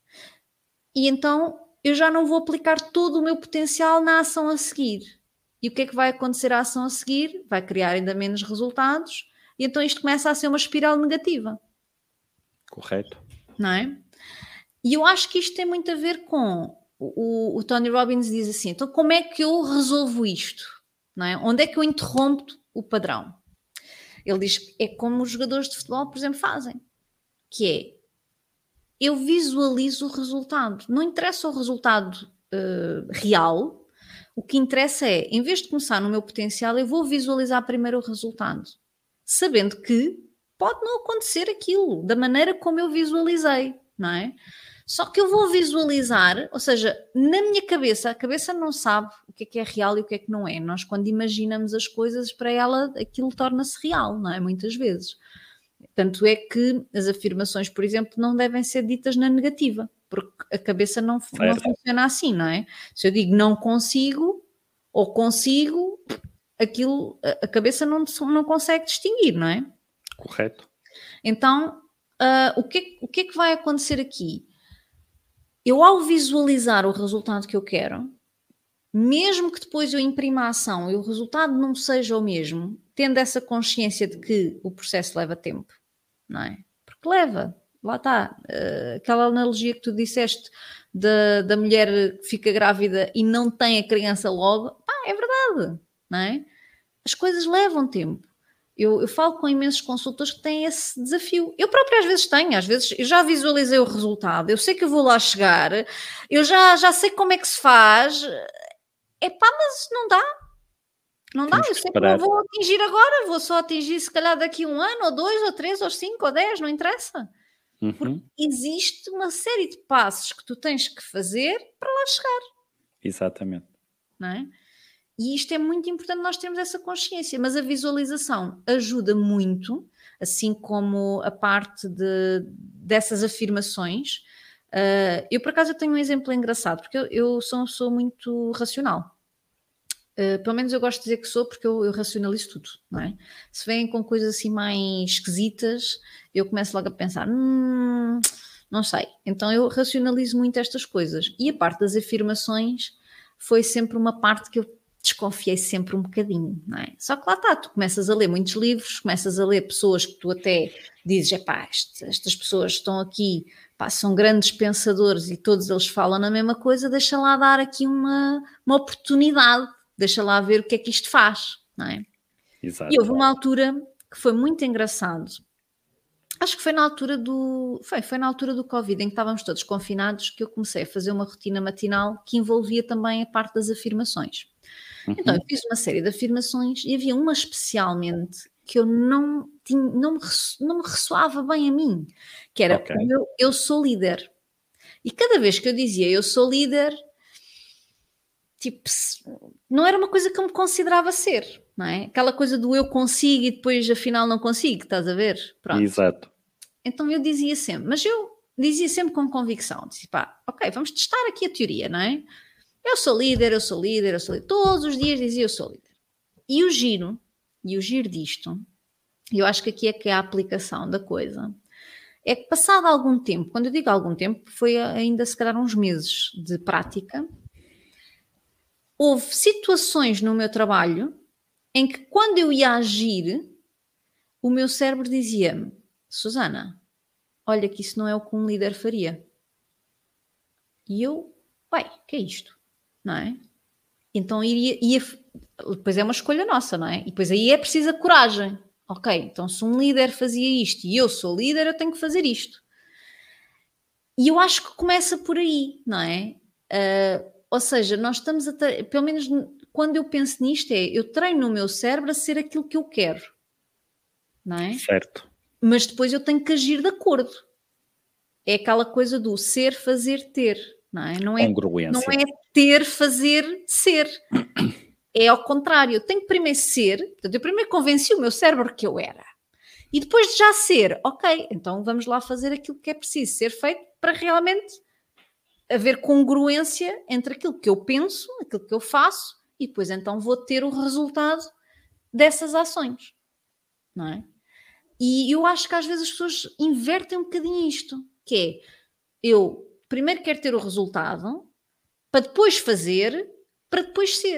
Speaker 3: E então eu já não vou aplicar todo o meu potencial na ação a seguir. E o que é que vai acontecer à ação a seguir? Vai criar ainda menos resultados. E então isto começa a ser uma espiral negativa.
Speaker 2: Correto.
Speaker 3: Não é? E eu acho que isto tem muito a ver com... O, o Tony Robbins diz assim, então como é que eu resolvo isto? Não é? Onde é que eu interrompo o padrão? Ele diz que é como os jogadores de futebol, por exemplo, fazem. Que é, eu visualizo o resultado. Não interessa o resultado uh, real. O que interessa é, em vez de começar no meu potencial, eu vou visualizar primeiro o resultado. Sabendo que pode não acontecer aquilo, da maneira como eu visualizei, não é? Só que eu vou visualizar, ou seja, na minha cabeça, a cabeça não sabe o que é que é real e o que é que não é. Nós, quando imaginamos as coisas, para ela aquilo torna-se real, não é? Muitas vezes. Tanto é que as afirmações, por exemplo, não devem ser ditas na negativa, porque a cabeça não, não funciona assim, não é? Se eu digo não consigo ou consigo, aquilo, a cabeça não, não consegue distinguir, não é?
Speaker 2: Correto.
Speaker 3: Então, uh, o, que, o que é que vai acontecer aqui? Eu, ao visualizar o resultado que eu quero, mesmo que depois eu imprima a ação e o resultado não seja o mesmo, tendo essa consciência de que o processo leva tempo, não é? Porque leva, lá está, uh, aquela analogia que tu disseste da, da mulher que fica grávida e não tem a criança logo, pá, é verdade, não é? As coisas levam tempo. Eu, eu falo com imensos consultores que têm esse desafio. Eu própria às vezes tenho, às vezes eu já visualizei o resultado, eu sei que eu vou lá chegar, eu já, já sei como é que se faz. Epá, mas não dá. Não dá,
Speaker 2: Temos
Speaker 3: eu
Speaker 2: que
Speaker 3: sei que
Speaker 2: esperar.
Speaker 3: não vou atingir agora, vou só atingir se calhar daqui um ano, ou dois, ou três, ou cinco, ou dez, não interessa.
Speaker 2: Uhum.
Speaker 3: Existe uma série de passos que tu tens que fazer para lá chegar,
Speaker 2: Exatamente.
Speaker 3: não é? E isto é muito importante nós termos essa consciência, mas a visualização ajuda muito, assim como a parte de, dessas afirmações. Uh, eu, por acaso, eu tenho um exemplo engraçado, porque eu, eu sou uma pessoa muito racional. Uh, pelo menos eu gosto de dizer que sou, porque eu, eu racionalizo tudo, não é? Se vêm com coisas assim mais esquisitas, eu começo logo a pensar, hum, não sei. Então eu racionalizo muito estas coisas. E a parte das afirmações foi sempre uma parte que eu desconfiei sempre um bocadinho, não é? Só que lá está, tu começas a ler muitos livros, começas a ler pessoas que tu até dizes, epá, estas pessoas estão aqui, pá, são grandes pensadores e todos eles falam na mesma coisa, deixa lá dar aqui uma, uma oportunidade, deixa lá ver o que é que isto faz, não é?
Speaker 2: Exato.
Speaker 3: E houve uma altura que foi muito engraçado, acho que foi na altura do foi, foi na altura do Covid, em que estávamos todos confinados, que eu comecei a fazer uma rotina matinal que envolvia também a parte das afirmações.
Speaker 2: Uhum.
Speaker 3: Então eu fiz uma série de afirmações e havia uma especialmente que eu não, tinha, não, me, não me ressoava bem a mim, que era
Speaker 2: Ok.
Speaker 3: o meu eu sou líder. E cada vez que eu dizia eu sou líder, tipo, não era uma coisa que eu me considerava ser, não é? Aquela coisa do eu consigo e depois afinal não consigo, estás a ver? Pronto.
Speaker 2: Exato.
Speaker 3: Então eu dizia sempre, mas eu dizia sempre com convicção, disse, pá, ok, vamos testar aqui a teoria, não é? Eu sou líder, eu sou líder, eu sou líder. Todos os dias dizia eu sou líder. E o giro, e o giro disto, e eu acho que aqui é que é a aplicação da coisa, é que passado algum tempo, quando eu digo algum tempo, foi ainda se calhar uns meses de prática, houve situações no meu trabalho em que quando eu ia agir, o meu cérebro dizia-me, Susana, olha que isso não é o que um líder faria. E eu, uai, o que é isto? Não é? Então iria, ia, depois é uma escolha nossa, não é? E depois aí é preciso a coragem. Ok, então se um líder fazia isto e eu sou líder, eu tenho que fazer isto. E eu acho que começa por aí, não é? Uh, ou seja, nós estamos a ter, pelo menos quando eu penso nisto é, eu treino o meu cérebro a ser aquilo que eu quero, não é?
Speaker 2: Certo.
Speaker 3: Mas depois eu tenho que agir de acordo. É aquela coisa do ser, fazer, ter, não é? Não é, não é ter, fazer, ser. É ao contrário. Eu tenho que primeiro ser, portanto, eu primeiro convenci o meu cérebro que eu era. E depois de já ser, ok, então vamos lá fazer aquilo que é preciso ser feito para realmente haver congruência entre aquilo que eu penso, aquilo que eu faço, e depois então vou ter o resultado dessas ações, não é? E eu acho que às vezes as pessoas invertem um bocadinho isto, que é, eu primeiro quero ter o resultado, para depois fazer, para depois ser.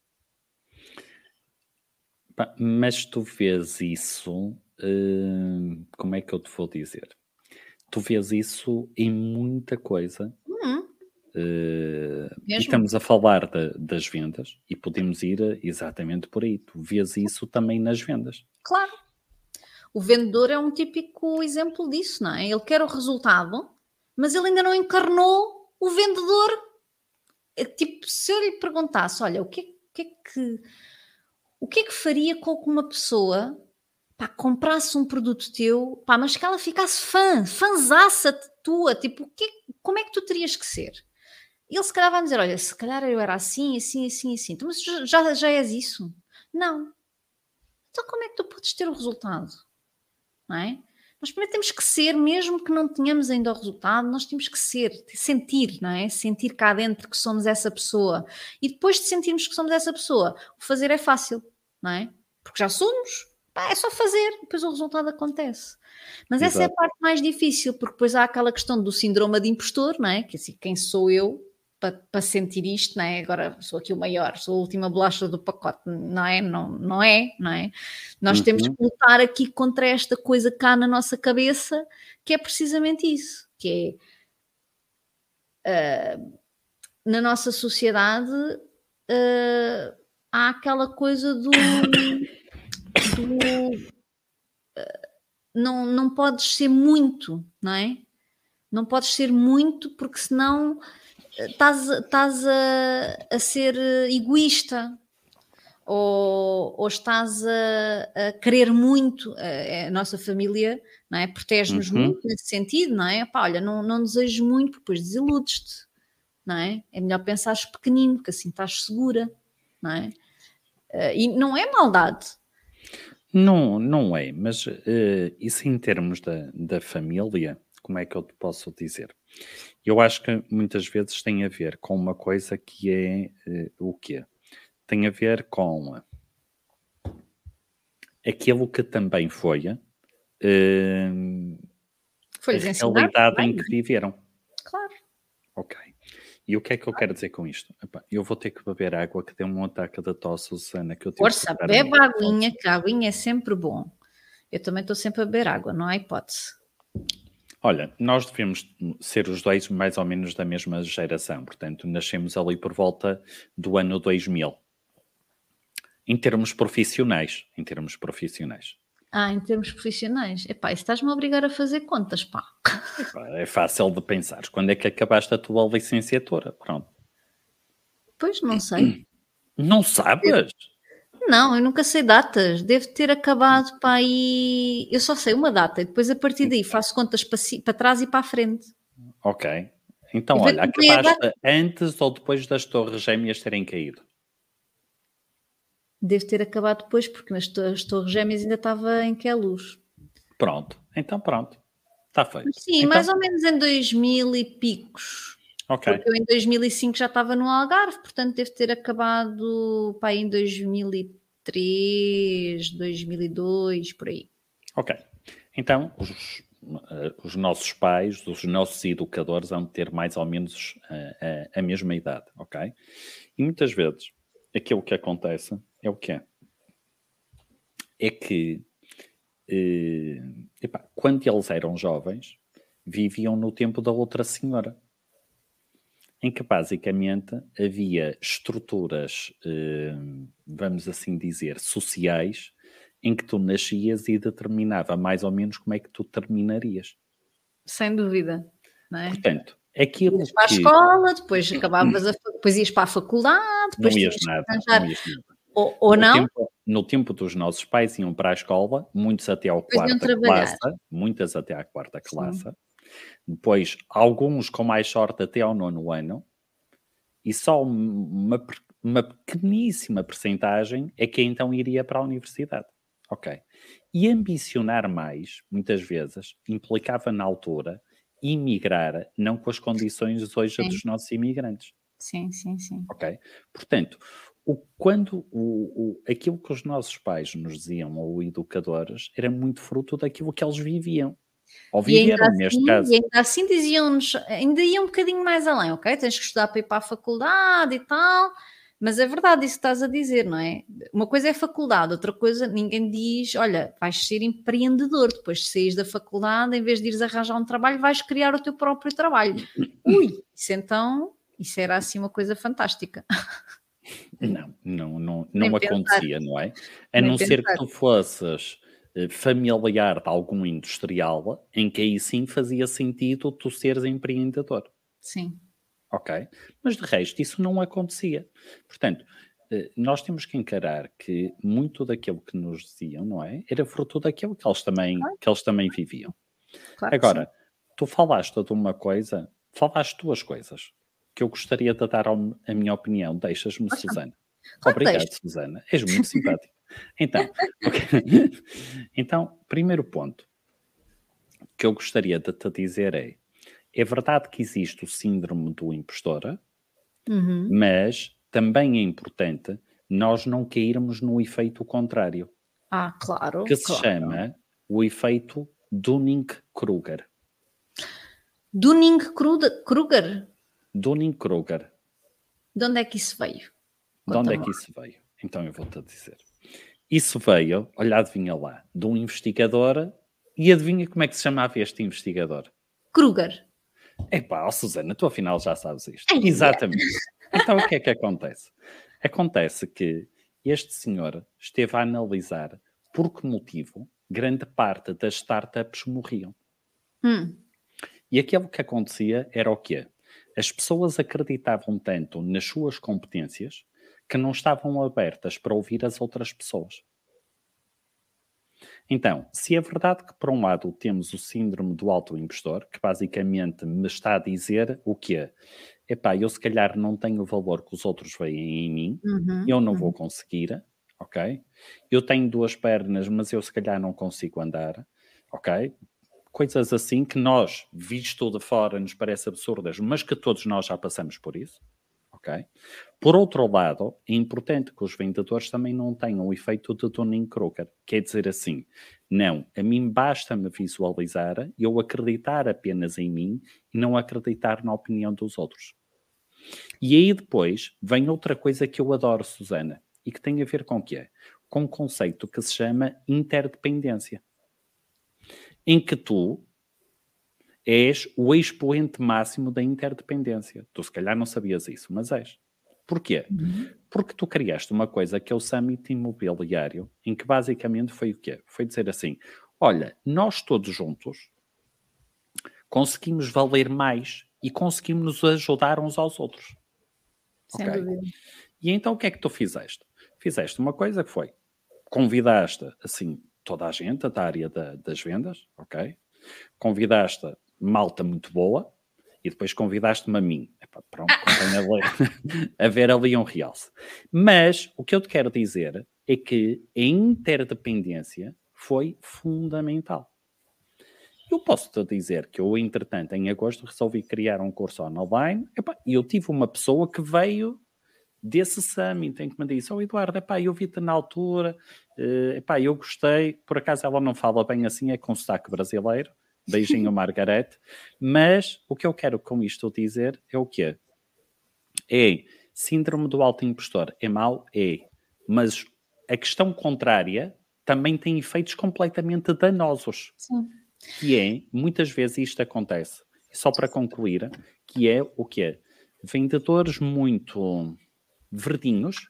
Speaker 2: Mas tu vês isso, hum, como é que eu te vou dizer? Tu vês isso em muita coisa.
Speaker 3: Uhum.
Speaker 2: Uh, e estamos a falar de, das vendas e podemos ir exatamente por aí. Tu vês isso também nas vendas.
Speaker 3: Claro. O vendedor é um típico exemplo disso, não é? Ele quer o resultado, mas ele ainda não encarnou o vendedor. É tipo, se eu lhe perguntasse, olha, o que é que, que, o que, é que faria com que uma pessoa pá, comprasse um produto teu, pá, mas que ela ficasse fã, fãzaça tua, tipo, o que, como é que tu terias que ser? Ele se calhar vai dizer, olha, se calhar eu era assim, assim, assim, assim. Então, mas já, já és isso? Não. Então como é que tu podes ter o resultado? Não é? Nós primeiro temos que ser, mesmo que não tenhamos ainda o resultado, nós temos que ser, sentir, não é? Sentir cá dentro que somos essa pessoa. E depois de sentirmos que somos essa pessoa, o fazer é fácil, não é? Porque já somos, pá, é só fazer, depois o resultado acontece. Mas essa Exato. É a parte mais difícil, porque depois há aquela questão do síndrome de impostor, não é? Que assim, quem sou eu para, para sentir isto, não é? Agora sou aqui o maior, sou a última bolacha do pacote, não é? Não, não é, não é? Nós uhum. temos que lutar aqui contra esta coisa cá na nossa cabeça, que é precisamente isso, que é uh, na nossa sociedade uh, há aquela coisa do, do uh, não, não podes ser muito, não é? Não podes ser muito porque senão estás, estás a, a ser egoísta, ou, ou estás a, a querer muito a, a nossa família, não é? Protege-nos
Speaker 2: Uhum.
Speaker 3: muito nesse sentido, não é? Pá, olha, não, não desejo muito, porque depois desiludes-te, não é? É melhor pensares pequenino, porque assim estás segura, não é? Uh, e não é maldade.
Speaker 2: Não, não é, mas eh, isso em termos da, da família, como é que eu te posso dizer? Eu acho que muitas vezes tem a ver com uma coisa que é eh, o quê? Tem a ver com aquilo que também foi eh,
Speaker 3: Foi-lhes
Speaker 2: a
Speaker 3: ensinar
Speaker 2: realidade
Speaker 3: também,
Speaker 2: em
Speaker 3: não
Speaker 2: que
Speaker 3: é?
Speaker 2: viveram.
Speaker 3: Claro.
Speaker 2: Ok. E o que é que eu quero dizer com isto? Epá, eu vou ter que beber água, que deu um ataque de tosse, Susana, que eu tive que
Speaker 3: Força,
Speaker 2: parar a
Speaker 3: bebe
Speaker 2: minha
Speaker 3: a
Speaker 2: tosse.
Speaker 3: aguinha, que a aguinha é sempre bom. Eu também estou sempre a beber água, não há hipótese.
Speaker 2: Olha, nós devemos ser os dois mais ou menos da mesma geração, portanto, nascemos ali por volta do ano dois mil. Em termos profissionais, em termos profissionais.
Speaker 3: Ah, em termos profissionais. Epá, isso estás-me a obrigar a fazer contas, pá.
Speaker 2: Epá, é fácil de pensar. Quando é que acabaste a tua licenciatura? Pronto.
Speaker 3: Pois, não sei.
Speaker 2: Não sabes?
Speaker 3: Não, eu nunca sei datas. Deve ter acabado para aí. Eu só sei uma data e depois a partir daí faço contas para, si- para trás e para a frente.
Speaker 2: Ok. Então,
Speaker 3: E ver
Speaker 2: olha,
Speaker 3: também a data.
Speaker 2: acabaste antes ou depois das torres gêmeas terem caído?
Speaker 3: Deve ter acabado depois, porque nas to- as Torres Gêmeas ainda estava em que é luz.
Speaker 2: Pronto. Então, pronto. Está
Speaker 3: Mas
Speaker 2: feito.
Speaker 3: sim, mais
Speaker 2: Então,
Speaker 3: ou menos em dois mil e picos.
Speaker 2: ok.
Speaker 3: Porque eu em dois mil e cinco já estava no Algarve, portanto deve ter acabado pá, em dois mil e três, dois mil e dois, por aí.
Speaker 2: Ok. Então, os, eh, os nossos pais, os nossos educadores vão ter mais ou menos eh, a, a mesma idade, ok? E muitas vezes, aquilo que acontece é o quê? É que, eh, epá, quando eles eram jovens, viviam no tempo da outra senhora, em que basicamente havia estruturas, eh, vamos assim dizer, sociais, em que tu nascias e determinava mais ou menos como é que tu terminarias.
Speaker 3: Sem dúvida, não é?
Speaker 2: Portanto, aquilo
Speaker 3: Ias para a
Speaker 2: que
Speaker 3: escola, depois acabavas a, fa- depois ias para a faculdade, depois
Speaker 2: não ias
Speaker 3: tinhas que
Speaker 2: nada, não
Speaker 3: arranjar,
Speaker 2: ias nada.
Speaker 3: ou, ou
Speaker 2: No
Speaker 3: não,
Speaker 2: tempo, no tempo dos nossos pais iam para a escola, muitos até ao
Speaker 3: depois iam
Speaker 2: quarta
Speaker 3: trabalhar.
Speaker 2: classe, muitas até à quarta
Speaker 3: Sim,
Speaker 2: classe, depois alguns com mais sorte até ao nono ano, e só uma, per- uma pequeníssima percentagem é que então iria para a universidade. Ok. E ambicionar mais, muitas vezes, implicava na altura imigrar, não com as condições de hoje
Speaker 3: sim,
Speaker 2: dos nossos imigrantes.
Speaker 3: sim, sim, sim.
Speaker 2: Ok? Portanto, o, quando o, o, aquilo que os nossos pais nos diziam, ou educadores, era muito fruto daquilo que eles viviam. Ou
Speaker 3: E ainda
Speaker 2: viveram, neste
Speaker 3: assim e
Speaker 2: caso.
Speaker 3: ainda assim diziam-nos ainda ia um bocadinho mais além, ok, tens que estudar para ir para a faculdade e tal, mas é verdade isso que estás a dizer, não é? Uma coisa é faculdade, outra coisa ninguém diz: "Olha, vais ser empreendedor, depois de saíres da faculdade, em vez de ires arranjar um trabalho, vais criar o teu próprio trabalho". Ui, isso então, isso era assim uma coisa fantástica.
Speaker 2: Não, não, não,
Speaker 3: Nem
Speaker 2: não
Speaker 3: pensar,
Speaker 2: acontecia, não é? A
Speaker 3: nem
Speaker 2: não ser que
Speaker 3: pensar.
Speaker 2: tu fosses eh, familiar de algum industrial, em que aí sim fazia sentido tu seres empreendedor.
Speaker 3: Sim,
Speaker 2: Ok? Mas de resto, isso não acontecia. Portanto, eh, nós temos que encarar que muito daquilo que nos diziam, não é? Era fruto daquilo que eles também,
Speaker 3: claro,
Speaker 2: que eles também viviam.
Speaker 3: claro que sim.
Speaker 2: Agora, tu falaste de uma coisa, falaste duas coisas que eu gostaria de dar ao- a minha opinião. Deixas-me,
Speaker 3: Força,
Speaker 2: Susana.
Speaker 3: claro que
Speaker 2: Obrigado,
Speaker 3: deixo.
Speaker 2: Susana. És muito simpática. Então, ok. Então, primeiro ponto que eu gostaria de te dizer é: é verdade que existe o síndrome do impostor,
Speaker 3: Uhum.
Speaker 2: mas também é importante nós não cairmos no efeito contrário,
Speaker 3: Ah, claro,
Speaker 2: que se
Speaker 3: claro.
Speaker 2: chama o efeito Dunning-Kruger.
Speaker 3: Dunning-Kruger?
Speaker 2: Dunning-Kruger.
Speaker 3: De onde é que isso veio?
Speaker 2: De onde é
Speaker 3: Conta-me lá.
Speaker 2: que isso veio? Então eu vou-te dizer. Isso veio, olha, adivinha lá, de um investigador, e adivinha como é que se chamava este investigador?
Speaker 3: Kruger.
Speaker 2: Epá, ó Susana, tu afinal já sabes isto.
Speaker 3: Eia!
Speaker 2: Exatamente. Então o que é que acontece? Acontece que este senhor esteve a analisar por que motivo grande parte das startups morriam.
Speaker 3: Hum,
Speaker 2: E aquilo que acontecia era o quê? As pessoas acreditavam tanto nas suas competências que não estavam abertas para ouvir as outras pessoas. Então, se é verdade que por um lado temos o síndrome do autoimpostor, que basicamente me está a dizer o quê? Epá, eu se calhar não tenho o valor que os outros veem em mim,
Speaker 3: Uhum,
Speaker 2: eu não
Speaker 3: uhum.
Speaker 2: vou conseguir, ok? Eu tenho duas pernas, mas eu se calhar não consigo andar, ok? Coisas assim que nós, visto de fora, nos parece absurdas, mas que todos nós já passamos por isso, ok? Por outro lado, é importante que os vendedores também não tenham o efeito de Dunning-Kruger. Quer dizer assim, não, a mim basta-me visualizar, eu acreditar apenas em mim e não acreditar na opinião dos outros. E aí depois vem outra coisa que eu adoro, Susana, e que tem a ver com o quê? Com um conceito que se chama interdependência. Em que tu és o expoente máximo da interdependência. Tu se calhar não sabias isso, mas és. Porquê?
Speaker 3: Uhum.
Speaker 2: Porque tu criaste uma coisa que é o Summit Imobiliário, em que basicamente foi o quê? Foi dizer assim, olha, nós todos juntos conseguimos valer mais e conseguimos nos ajudar uns aos outros.
Speaker 3: Sem
Speaker 2: Ok?
Speaker 3: dúvida.
Speaker 2: E então o que é que tu fizeste? Fizeste uma coisa que foi, convidaste assim toda a gente da área da, das vendas, ok? Convidaste malta muito boa e depois convidaste-me a mim. Epá, pronto, convém haver, haver ali um realce. Mas o que eu te quero dizer é que a interdependência foi fundamental. Eu posso-te dizer que eu, entretanto, em agosto, resolvi criar um curso online epá, e eu tive uma pessoa que veio desse summit em que me disse, oh Eduardo, epá, eu vi-te na altura, uh, epá, eu gostei, por acaso ela não fala bem assim, é com sotaque brasileiro, beijinho Margarete, mas o que eu quero com isto dizer é o quê? É, síndrome do autoimpostor é mau? É, mas a questão contrária também tem efeitos completamente danosos.
Speaker 3: Sim.
Speaker 2: Que é, muitas vezes isto acontece, só para concluir, que é o quê? Vendedores muito verdinhos,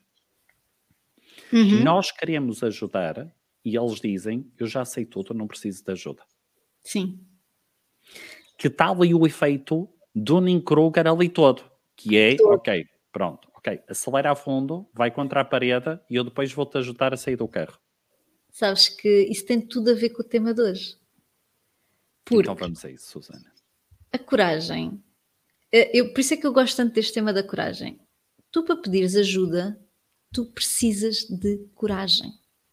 Speaker 3: Uhum.
Speaker 2: nós queremos ajudar e eles dizem, eu já sei tudo, não preciso de ajuda.
Speaker 3: Sim.
Speaker 2: Que tal aí o efeito Dunning-Kruger ali todo, que é,
Speaker 3: Todo.
Speaker 2: ok, pronto, ok, acelera a fundo, vai contra a parede e eu depois vou-te ajudar a sair do carro.
Speaker 3: Sabes que isso tem tudo a ver com o tema de hoje. Porque
Speaker 2: Então vamos a isso, Susana.
Speaker 3: a coragem, eh, eu, por isso é que eu gosto tanto deste tema da coragem. Tu, para pedires ajuda, tu precisas de coragem.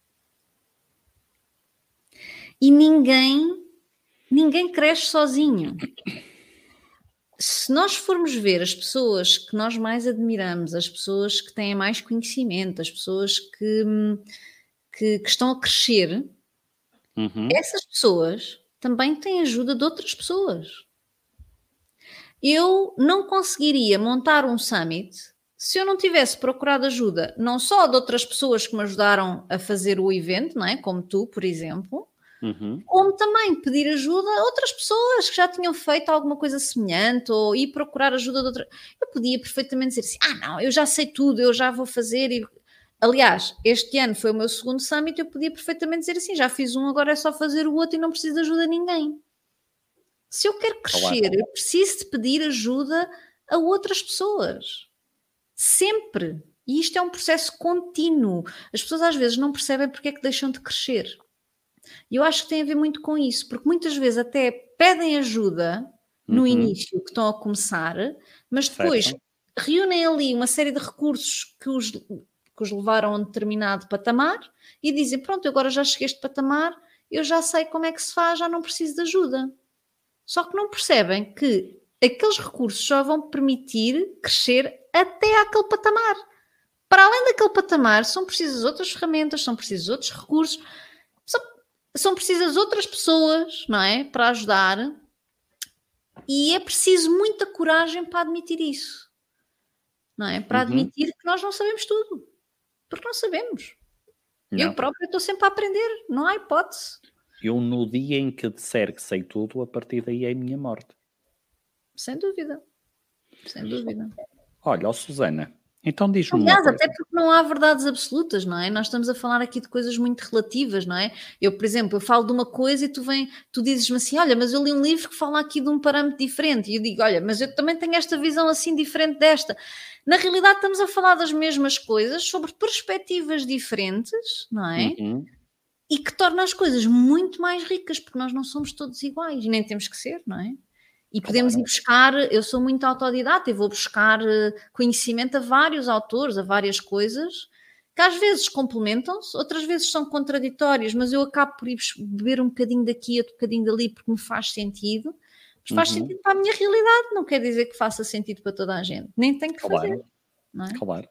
Speaker 3: E ninguém, ninguém cresce sozinho. Se nós formos ver as pessoas que nós mais admiramos, as pessoas que têm mais conhecimento, as pessoas que, hum, que, que estão a crescer,
Speaker 2: Uhum.
Speaker 3: essas pessoas também têm ajuda de outras pessoas. Eu não conseguiria montar um summit se eu não tivesse procurado ajuda, não só de outras pessoas que me ajudaram a fazer o evento, não é? Como tu, por exemplo,
Speaker 2: Uhum.
Speaker 3: como também pedir ajuda a outras pessoas que já tinham feito alguma coisa semelhante ou ir procurar ajuda de outra. Eu podia perfeitamente dizer assim: ah, não, eu já sei tudo, eu já vou fazer. E... Aliás, este ano foi o meu segundo summit, eu podia perfeitamente dizer assim: já fiz um, agora é só fazer o outro e não preciso de ajuda de ninguém. Se eu quero crescer,
Speaker 2: Claro.
Speaker 3: eu preciso de pedir ajuda a outras pessoas. Sempre. E isto é um processo contínuo. As pessoas às vezes não percebem porque é que deixam de crescer. E eu acho que tem a ver muito com isso, porque muitas vezes até pedem ajuda no
Speaker 2: Uhum.
Speaker 3: início, que estão a começar, mas depois
Speaker 2: Certo.
Speaker 3: reúnem ali uma série de recursos que os, que os levaram a um determinado patamar e dizem: pronto, agora já cheguei a este patamar, eu já sei como é que se faz, já não preciso de ajuda. Só que não percebem que aqueles recursos só vão permitir crescer até àquele patamar. Para além daquele patamar, são precisas outras ferramentas, são precisos outros recursos, são, são precisas outras pessoas, não é? Para ajudar. E é preciso muita coragem para admitir isso. Não é? Para
Speaker 2: Uhum.
Speaker 3: admitir que nós não sabemos tudo. Porque não sabemos. Eu
Speaker 2: Não.
Speaker 3: própria estou sempre a aprender. Não há hipótese.
Speaker 2: Eu no dia em que disser que sei tudo, a partir daí é a minha morte.
Speaker 3: Sem dúvida. Sem dúvida.
Speaker 2: Olha, ó Susana, Então diz-me uma
Speaker 3: Aliás,
Speaker 2: coisa.
Speaker 3: até porque não há verdades absolutas, não é? Nós estamos a falar aqui de coisas muito relativas, não é? Eu, por exemplo, eu falo de uma coisa e tu, vem, tu dizes-me assim, olha, mas eu li um livro que fala aqui de um parâmetro diferente. E eu digo, olha, mas eu também tenho esta visão assim diferente desta. Na realidade estamos a falar das mesmas coisas sobre perspectivas diferentes, não é?
Speaker 2: Uhum.
Speaker 3: E que torna as coisas muito mais ricas, porque nós não somos todos iguais, e nem temos que ser, não é? E podemos ir
Speaker 2: Claro.
Speaker 3: buscar, eu sou muito autodidata e vou buscar eh, conhecimento a vários autores, a várias coisas, que às vezes complementam-se, outras vezes são contraditórias, mas eu acabo por ir bus- beber um bocadinho daqui, outro bocadinho dali, porque me faz sentido. Mas faz
Speaker 2: Uhum.
Speaker 3: sentido para a minha realidade, não quer dizer que faça sentido para toda a gente. Nem tem que fazer,
Speaker 2: Claro,
Speaker 3: não é?
Speaker 2: claro.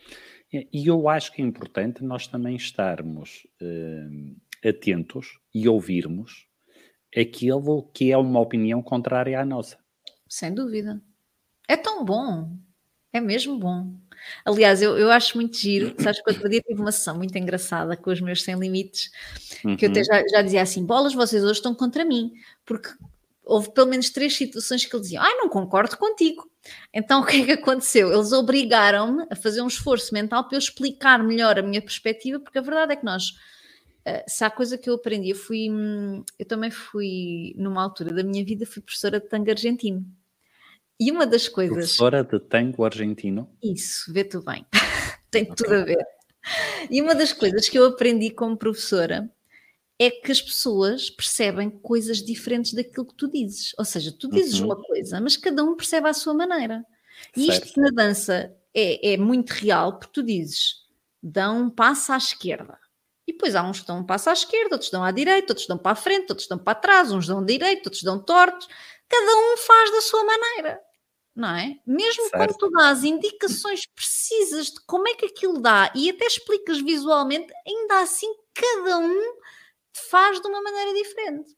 Speaker 2: E e eu acho que é importante nós também estarmos hum, atentos e ouvirmos aquilo que é uma opinião contrária à nossa.
Speaker 3: Sem dúvida. É tão bom. É mesmo bom. Aliás, eu, eu acho muito giro. Sabes que outro dia tive uma sessão muito engraçada com os meus sem limites, que eu até
Speaker 2: Uhum.
Speaker 3: já, já dizia assim: bolas, vocês hoje estão contra mim, porque houve pelo menos três situações que eles diziam: ai, não concordo contigo. Então o que é que aconteceu? Eles obrigaram-me a fazer um esforço mental para eu explicar melhor a minha perspectiva, porque a verdade é que nós. eh, se há coisa que eu aprendi, eu fui. hum, Eu também fui, numa altura da minha vida, fui professora de tango argentino. E uma das coisas.
Speaker 2: Professora de tango argentino.
Speaker 3: Isso, vê tu bem, tem
Speaker 2: Ok.
Speaker 3: tudo a ver. E uma das coisas que eu aprendi como professora é que as pessoas percebem coisas diferentes daquilo que tu dizes. Ou seja, tu dizes
Speaker 2: Uhum.
Speaker 3: uma coisa, mas cada um percebe à sua maneira. E isto
Speaker 2: Certo.
Speaker 3: na dança é, é muito real, porque tu dizes, dão um passo à esquerda. E depois há uns que dão um passo à esquerda, outros dão à direita, outros dão para a frente, outros dão para trás, uns dão direito, outros dão tortos. Cada um faz da sua maneira. Não é? Mesmo quando tu
Speaker 2: Certo.
Speaker 3: dás indicações precisas de como é que aquilo dá e até explicas visualmente, ainda assim cada um faz de uma maneira diferente.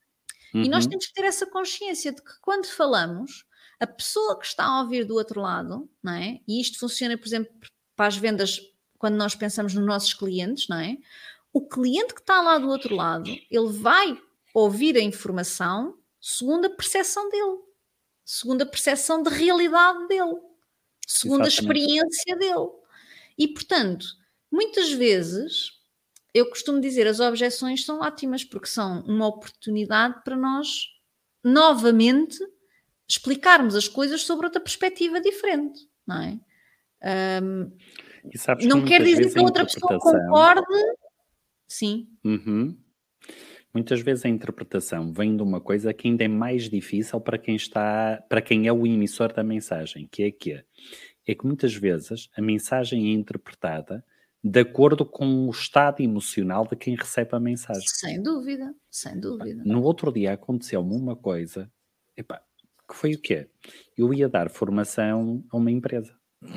Speaker 3: E nós
Speaker 2: Uhum.
Speaker 3: temos que ter essa consciência de que quando falamos, a pessoa que está a ouvir do outro lado, não é? E isto funciona, por exemplo, para as vendas, quando nós pensamos nos nossos clientes, não é? O cliente que está lá do outro lado, ele vai ouvir a informação segundo a percepção dele, segundo a percepção de realidade dele, segundo a
Speaker 2: Exatamente.
Speaker 3: experiência dele. E, portanto, muitas vezes, eu costumo dizer, as objeções são ótimas, porque são uma oportunidade para nós, novamente, explicarmos as coisas sobre outra perspectiva diferente, não é? Hum,
Speaker 2: E sabes que
Speaker 3: não quer
Speaker 2: muitas
Speaker 3: dizer
Speaker 2: vezes
Speaker 3: que
Speaker 2: a
Speaker 3: a outra pessoa
Speaker 2: interpretação,
Speaker 3: concorde, sim,
Speaker 2: uhum, muitas vezes a interpretação vem de uma coisa que ainda é mais difícil para quem está, para quem é o emissor da mensagem, que é que é, é que muitas vezes a mensagem é interpretada de acordo com o estado emocional de quem recebe a mensagem.
Speaker 3: sem dúvida, sem dúvida.
Speaker 2: No outro dia aconteceu-me uma coisa, epá, que foi o quê? Eu ia dar formação a uma empresa.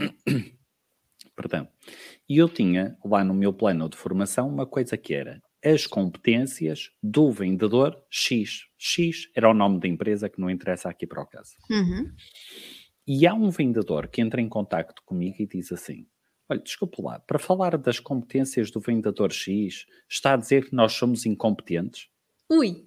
Speaker 2: Perdão. E eu tinha lá no meu plano de formação uma coisa que era as competências do vendedor X. X era o nome da empresa que não interessa aqui para o caso.
Speaker 3: Uhum.
Speaker 2: E há um vendedor que entra em contacto comigo e diz assim: olha, desculpe lá, para falar das competências do vendedor X, está a dizer que nós somos incompetentes?
Speaker 3: Ui,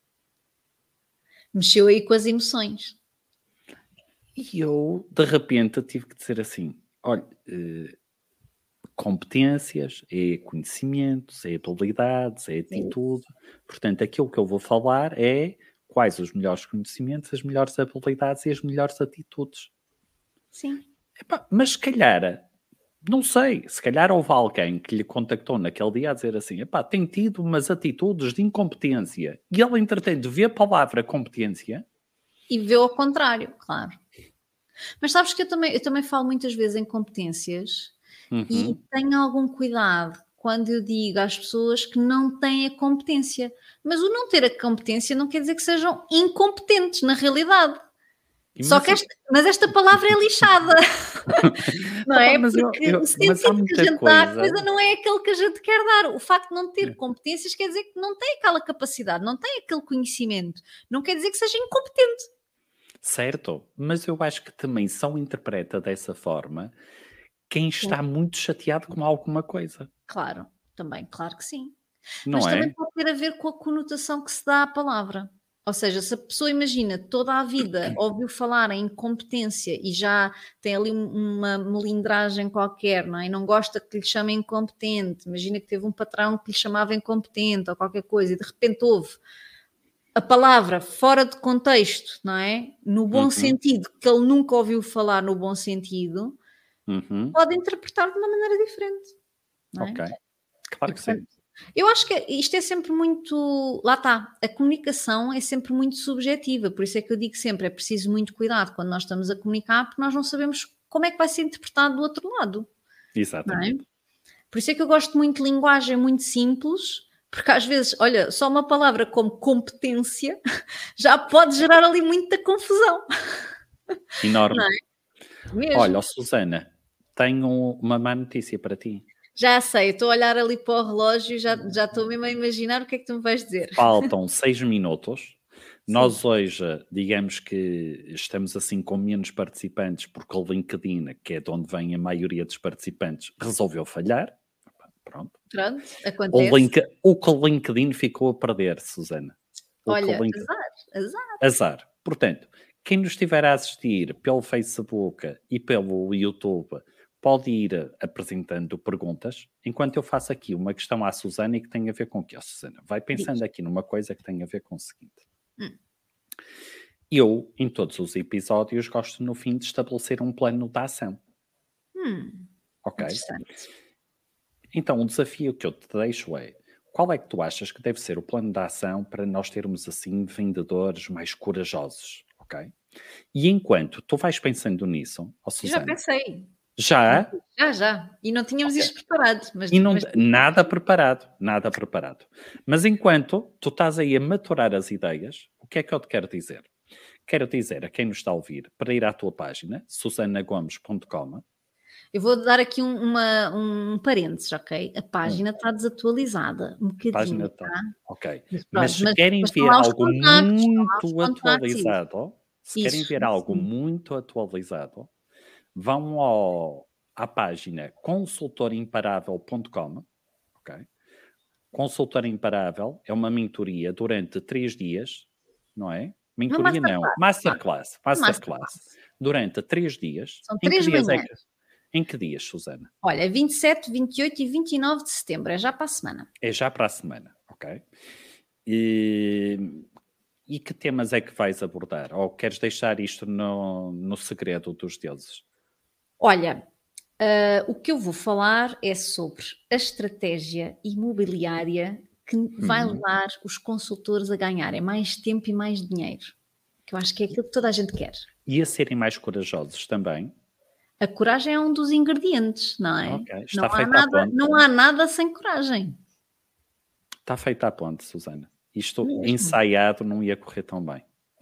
Speaker 3: mexeu aí com as emoções.
Speaker 2: E eu, de repente, tive que dizer assim: olha, eh, competências, é conhecimentos, é habilidades, é atitude. Portanto, aquilo que eu vou falar é quais os melhores conhecimentos, as melhores habilidades e as melhores atitudes.
Speaker 3: Sim.
Speaker 2: Epá, mas se calhar, não sei, se calhar houve alguém que lhe contactou naquele dia a dizer assim: epá, tem tido umas atitudes de incompetência. E ele, entretanto, vê a palavra competência.
Speaker 3: E vê ao contrário, claro. Mas sabes que eu também, eu também falo muitas vezes em competências e
Speaker 2: Uhum.
Speaker 3: tenho algum cuidado quando eu digo às pessoas que não têm a competência. Mas o não ter a competência não quer dizer que sejam incompetentes, na realidade.
Speaker 2: E
Speaker 3: Só
Speaker 2: mas,
Speaker 3: que esta, mas esta palavra é lixada, não
Speaker 2: Opa,
Speaker 3: é?
Speaker 2: mas, eu,
Speaker 3: Porque o
Speaker 2: eu- mas há
Speaker 3: sentido que a
Speaker 2: muita
Speaker 3: gente dá à
Speaker 2: coisa.
Speaker 3: coisa não é aquele que a gente quer dar. O facto de não ter competências quer dizer que não tem aquela capacidade, não tem aquele conhecimento. Não quer dizer que seja incompetente.
Speaker 2: Certo, mas eu acho que também só interpreta dessa forma quem
Speaker 3: Sim.
Speaker 2: está muito chateado com alguma coisa,
Speaker 3: Claro, também, claro que sim. Mas
Speaker 2: não
Speaker 3: também
Speaker 2: é?
Speaker 3: pode ter a ver com a conotação que se dá à palavra. Ou seja, se a pessoa imagina toda a vida ouviu falar em incompetência e já tem ali uma melindragem qualquer, não é? E não gosta que lhe chamem incompetente, imagina que teve um patrão que lhe chamava incompetente ou qualquer coisa e de repente houve a palavra fora de contexto, não é? No bom
Speaker 2: Uhum.
Speaker 3: sentido, que ele nunca ouviu falar no bom sentido,
Speaker 2: Uhum.
Speaker 3: pode interpretar de uma maneira diferente, não é?
Speaker 2: Ok. Claro que sim.
Speaker 3: Eu acho que isto é sempre muito... Lá está, a comunicação é sempre muito subjetiva, por isso é que eu digo sempre, é preciso muito cuidado quando nós estamos a comunicar, porque nós não sabemos como é que vai ser interpretado do outro lado, não é?
Speaker 2: Exatamente.
Speaker 3: Por isso é que eu gosto muito de linguagem muito simples, porque às vezes, olha, só uma palavra como competência já pode gerar ali muita confusão.
Speaker 2: Enorme.
Speaker 3: Não é? Mesmo.
Speaker 2: Olha, ó, Susana, tenho uma má notícia para ti.
Speaker 3: Já sei, estou a olhar ali para o relógio e já, já estou mesmo a imaginar o que é que tu me vais dizer.
Speaker 2: Faltam seis minutos. Nós hoje, digamos que estamos assim com menos participantes porque o LinkedIn, que é de onde vem a maioria dos participantes, resolveu falhar. Pronto.
Speaker 3: Pronto,
Speaker 2: O,
Speaker 3: acontece.
Speaker 2: link, o que o LinkedIn ficou a perder, Susana. O que
Speaker 3: Olha,
Speaker 2: o Link-
Speaker 3: azar, azar.
Speaker 2: Azar. Portanto, quem nos estiver a assistir pelo Facebook e pelo YouTube pode ir apresentando perguntas, enquanto eu faço aqui uma questão à Susana e que tem a ver com o quê? Susana, vai pensando aqui numa coisa que tem a ver com o seguinte.
Speaker 3: Hum.
Speaker 2: Eu, em todos os episódios, gosto no fim de estabelecer um plano de ação.
Speaker 3: Hum,
Speaker 2: Ok?
Speaker 3: interessante.
Speaker 2: Então, o desafio que eu te deixo é, qual é que tu achas que deve ser o plano de ação para nós termos, assim, vendedores mais corajosos? Ok? E enquanto tu vais pensando nisso, ó
Speaker 3: Eu
Speaker 2: Susana...
Speaker 3: já pensei.
Speaker 2: Já?
Speaker 3: Já, já. E não tínhamos
Speaker 2: Ok.
Speaker 3: isto preparado. Mas,
Speaker 2: E não,
Speaker 3: mas-
Speaker 2: nada preparado, nada preparado. Mas enquanto tu estás aí a maturar as ideias, o que é que eu te quero dizer? Quero dizer a quem nos está a ouvir para ir à tua página, susana gomes ponto com.
Speaker 3: eu vou dar aqui um, uma, um parênteses, ok? A página está desatualizada, um bocadinho,
Speaker 2: Página
Speaker 3: tá?
Speaker 2: tá. Ok.
Speaker 3: Mas pronto,
Speaker 2: Mas se
Speaker 3: mas-
Speaker 2: querem
Speaker 3: mas estão
Speaker 2: ver
Speaker 3: lá os
Speaker 2: algo
Speaker 3: contactos, estão lá os
Speaker 2: muito
Speaker 3: contactos,
Speaker 2: atualizado, se querem
Speaker 3: Isso,
Speaker 2: ver algo
Speaker 3: sim.
Speaker 2: muito atualizado, vão ao, à página consultor imparável ponto com. Ok? Consultor Imparável é uma mentoria durante três dias, não é? Mentoria não, masterclass. Masterclass.
Speaker 3: Masterclass.
Speaker 2: Durante três dias.
Speaker 3: São
Speaker 2: Em que
Speaker 3: três
Speaker 2: dias é
Speaker 3: manhãs.
Speaker 2: que, em que dias, Susana?
Speaker 3: Olha, vinte e sete, vinte e oito e vinte e nove de setembro, é já para a semana.
Speaker 2: É já para a semana, ok? E, e que temas é que vais abordar? Ou queres deixar isto no, no segredo dos deuses?
Speaker 3: Olha, ah, o que eu vou falar é sobre a estratégia imobiliária que vai
Speaker 2: Uhum.
Speaker 3: levar os consultores a ganharem mais tempo e mais dinheiro. Que eu acho que é aquilo que toda a gente quer.
Speaker 2: E a serem mais corajosos também?
Speaker 3: A coragem é um dos ingredientes, não é?
Speaker 2: Ok, está
Speaker 3: Não há,
Speaker 2: feita a
Speaker 3: nada,
Speaker 2: ponte.
Speaker 3: não há nada sem coragem.
Speaker 2: Está feita a ponte, Susana. Isto
Speaker 3: Mesmo.
Speaker 2: ensaiado não ia correr tão bem.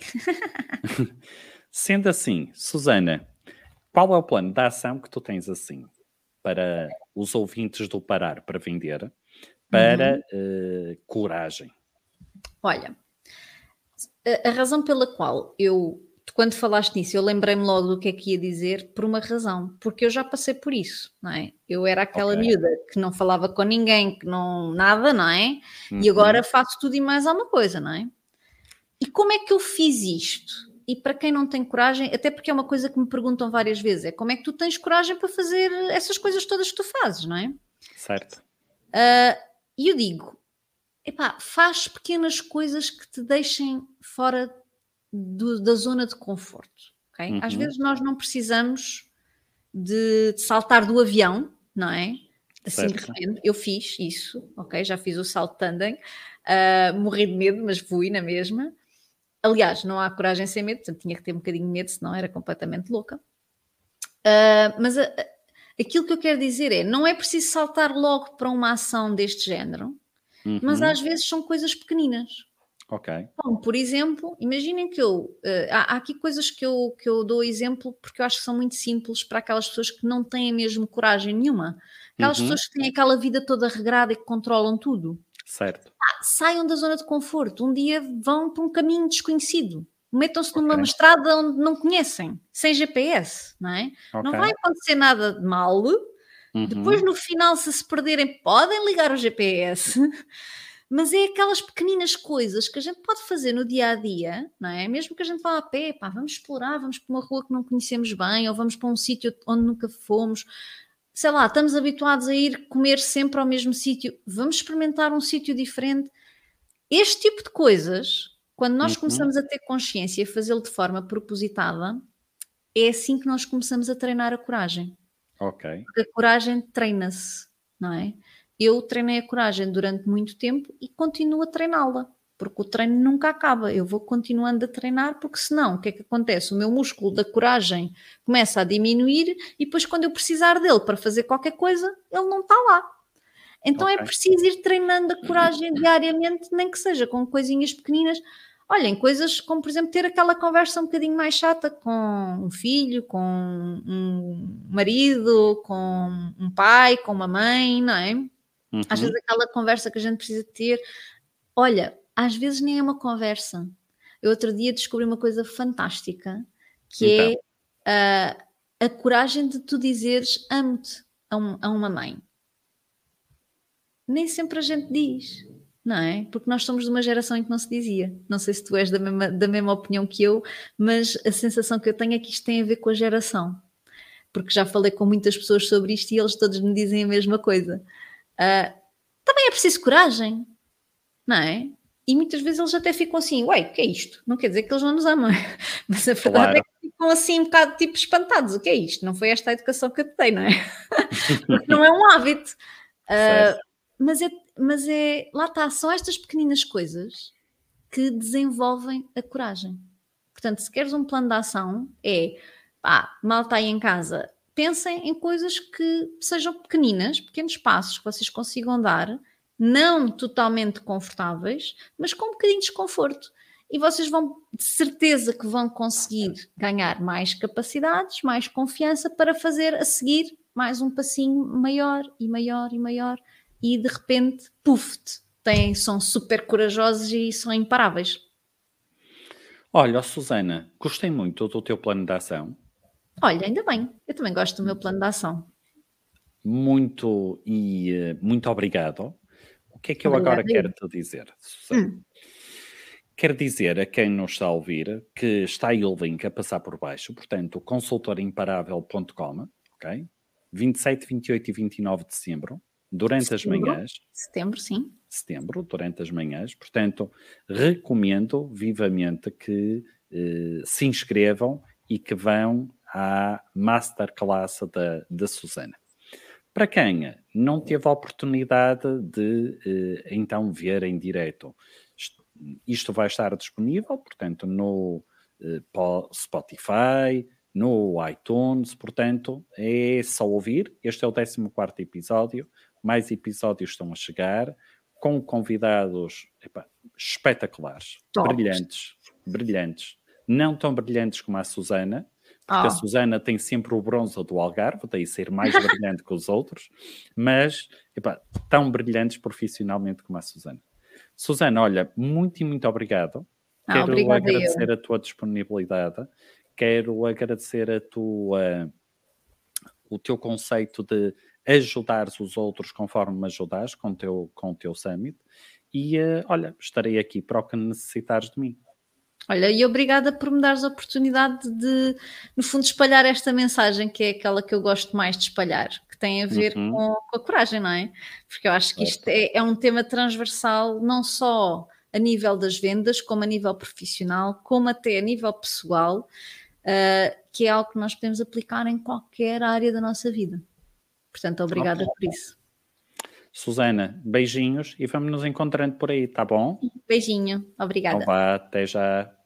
Speaker 2: Sendo assim, Susana, qual é o plano de ação que tu tens assim para os ouvintes do Parar para Vender, para eh, coragem?
Speaker 3: Olha, a, a razão pela qual eu, quando falaste nisso, eu lembrei-me logo do que é que ia dizer, por uma razão, porque eu já passei por isso, não é? Eu era aquela
Speaker 2: Ok.
Speaker 3: miúda que não falava com ninguém, que não, nada, não é? E
Speaker 2: Uhum.
Speaker 3: agora faço tudo e mais alguma coisa, não é? E como é que eu fiz isto? E para quem não tem coragem, até porque é uma coisa que me perguntam várias vezes, é como é que tu tens coragem para fazer essas coisas todas que tu fazes, não é?
Speaker 2: Certo.
Speaker 3: E eu digo, epá, faz pequenas coisas que te deixem fora do- da zona de conforto, ok? Às
Speaker 2: Uhum.
Speaker 3: vezes nós não precisamos de, de saltar do avião, não é? Assim de
Speaker 2: Certo.
Speaker 3: repente, eu fiz isso, ok? Já fiz o salto tandem, ah, morri de medo, mas fui na mesma. Aliás, não há coragem sem medo, portanto tinha que ter um bocadinho de medo, senão era completamente louca. Ah, mas a- a- aquilo que eu quero dizer é, não é preciso saltar logo para uma ação deste género,
Speaker 2: Uhum.
Speaker 3: mas às vezes são coisas pequeninas.
Speaker 2: Ok.
Speaker 3: Bom, por exemplo, imaginem que eu... eh, há, há aqui coisas que eu, que eu dou exemplo porque eu acho que são muito simples para aquelas pessoas que não têm mesmo coragem nenhuma. Aquelas
Speaker 2: Uhum.
Speaker 3: pessoas que têm aquela vida toda regrada e que controlam tudo.
Speaker 2: Certo.
Speaker 3: Saiam da zona de conforto. Um dia vão para um caminho desconhecido. Metam-se numa
Speaker 2: Ok.
Speaker 3: estrada onde não conhecem, sem G P S, não é? Não
Speaker 2: Ok.
Speaker 3: vai acontecer nada de mal.
Speaker 2: Uhum.
Speaker 3: Depois, no final, se se perderem, podem ligar o G P S. Mas é aquelas pequeninas coisas que a gente pode fazer no dia a dia, não é? Mesmo que a gente vá a pé, pá, vamos explorar, vamos para uma rua que não conhecemos bem, ou vamos para um sítio onde nunca fomos. Sei lá, estamos habituados a ir comer sempre ao mesmo sítio, vamos experimentar um sítio diferente. Este tipo de coisas, quando nós
Speaker 2: Uhum.
Speaker 3: começamos a ter consciência e fazê-lo de forma propositada, é assim que nós começamos a treinar a coragem.
Speaker 2: Ok.
Speaker 3: Porque a coragem treina-se, não é? Eu treinei a coragem durante muito tempo e continuo a treiná-la, porque o treino nunca acaba. Eu vou continuando a treinar, porque senão, o que é que acontece? O meu músculo da coragem começa a diminuir e depois, quando eu precisar dele para fazer qualquer coisa, ele não está lá. Então é
Speaker 2: Ok.
Speaker 3: preciso ir treinando a coragem diariamente, nem que seja com coisinhas pequeninas. Olhem, coisas como, por exemplo, ter aquela conversa um bocadinho mais chata com um filho, com um marido, com um pai, com uma mãe, não é? Às
Speaker 2: Uhum.
Speaker 3: vezes aquela conversa que a gente precisa ter. Olha, às vezes nem é uma conversa. Eu outro dia descobri uma coisa fantástica, que
Speaker 2: Então,
Speaker 3: é ah, a coragem de tu dizeres amo-te a, um- a uma mãe. Nem sempre a gente diz, não é? Porque nós somos de uma geração em que não se dizia. Não sei se tu és da mesma, da mesma opinião que eu, mas a sensação que eu tenho é que isto tem a ver com a geração. Porque já falei com muitas pessoas sobre isto e eles todos me dizem a mesma coisa. Ah, também é preciso coragem, não é? E muitas vezes eles até ficam assim, ué, o que é isto? Não quer dizer que eles não nos amam, mas a verdade é
Speaker 2: claro.
Speaker 3: que ficam assim um bocado tipo espantados. O que é isto? Não foi esta a educação que eu te dei, não é? Porque não é um hábito.
Speaker 2: Certo.
Speaker 3: Ah, mas, é, mas é, lá está, são estas pequeninas coisas que desenvolvem a coragem. Portanto, se queres um plano de ação, é, pá, mal está aí em casa, pensem em coisas que sejam pequeninas, pequenos passos que vocês consigam dar, não totalmente confortáveis, mas com um bocadinho de desconforto. E vocês vão, de certeza que vão conseguir ganhar mais capacidades, mais confiança para fazer a seguir mais um passinho maior e maior e maior. E de repente, puf, têm, são super corajosos e são imparáveis.
Speaker 2: Olha, ó, Susana, gostei muito do teu plano de ação.
Speaker 3: Olha, ainda bem, eu também gosto do meu plano de ação.
Speaker 2: Muito e eh, muito obrigado. O que é que eu
Speaker 3: Obrigada
Speaker 2: agora
Speaker 3: eu.
Speaker 2: quero te dizer, Susana?
Speaker 3: Hum,
Speaker 2: Quero dizer a quem nos está a ouvir que está aí o link a passar por baixo, portanto, consultor imparável ponto com, ok? vinte e sete, vinte e oito e vinte e nove de dezembro, durante as
Speaker 3: setembro,
Speaker 2: manhãs,
Speaker 3: setembro, sim.
Speaker 2: setembro, durante as manhãs, portanto, recomendo vivamente que eh, se inscrevam e que vão à masterclass da, da Susana. Para quem não teve a oportunidade de eh, então ver em direto, isto- isto vai estar disponível, portanto, no eh, po- Spotify, no iTunes, portanto, é só ouvir. Este é o décimo quarto episódio, mais episódios estão a chegar, com convidados epá, espetaculares,
Speaker 3: Top.
Speaker 2: brilhantes, brilhantes. Não tão brilhantes como a Susana, porque a
Speaker 3: Ah,
Speaker 2: Susana tem sempre o bronze do Algarve, daí ser mais brilhante que os outros, mas epá, tão brilhantes profissionalmente como a Susana. Susana, olha, muito e muito obrigado.
Speaker 3: ah,
Speaker 2: Quero
Speaker 3: obrigada
Speaker 2: agradecer
Speaker 3: eu.
Speaker 2: a tua disponibilidade, quero agradecer a tua, o teu conceito de ajudares os outros conforme me ajudares com o teu, com o teu summit e eh, olha, estarei aqui para o que necessitares de mim.
Speaker 3: Olha, e obrigada por me dares a oportunidade de, no fundo, espalhar esta mensagem, que é aquela que eu gosto mais de espalhar, que tem a ver
Speaker 2: Uhum,
Speaker 3: com, com a coragem, não é? Porque eu acho que isto
Speaker 2: certo.
Speaker 3: é, é um tema transversal, não só a nível das vendas, como a nível profissional, como até a nível pessoal, ah, que é algo que nós podemos aplicar em qualquer área da nossa vida. Portanto, obrigada
Speaker 2: Ok.
Speaker 3: por isso.
Speaker 2: Susana, beijinhos e vamos nos encontrando por aí, tá bom?
Speaker 3: Beijinho,
Speaker 2: Então
Speaker 3: obrigada.
Speaker 2: vá, até já.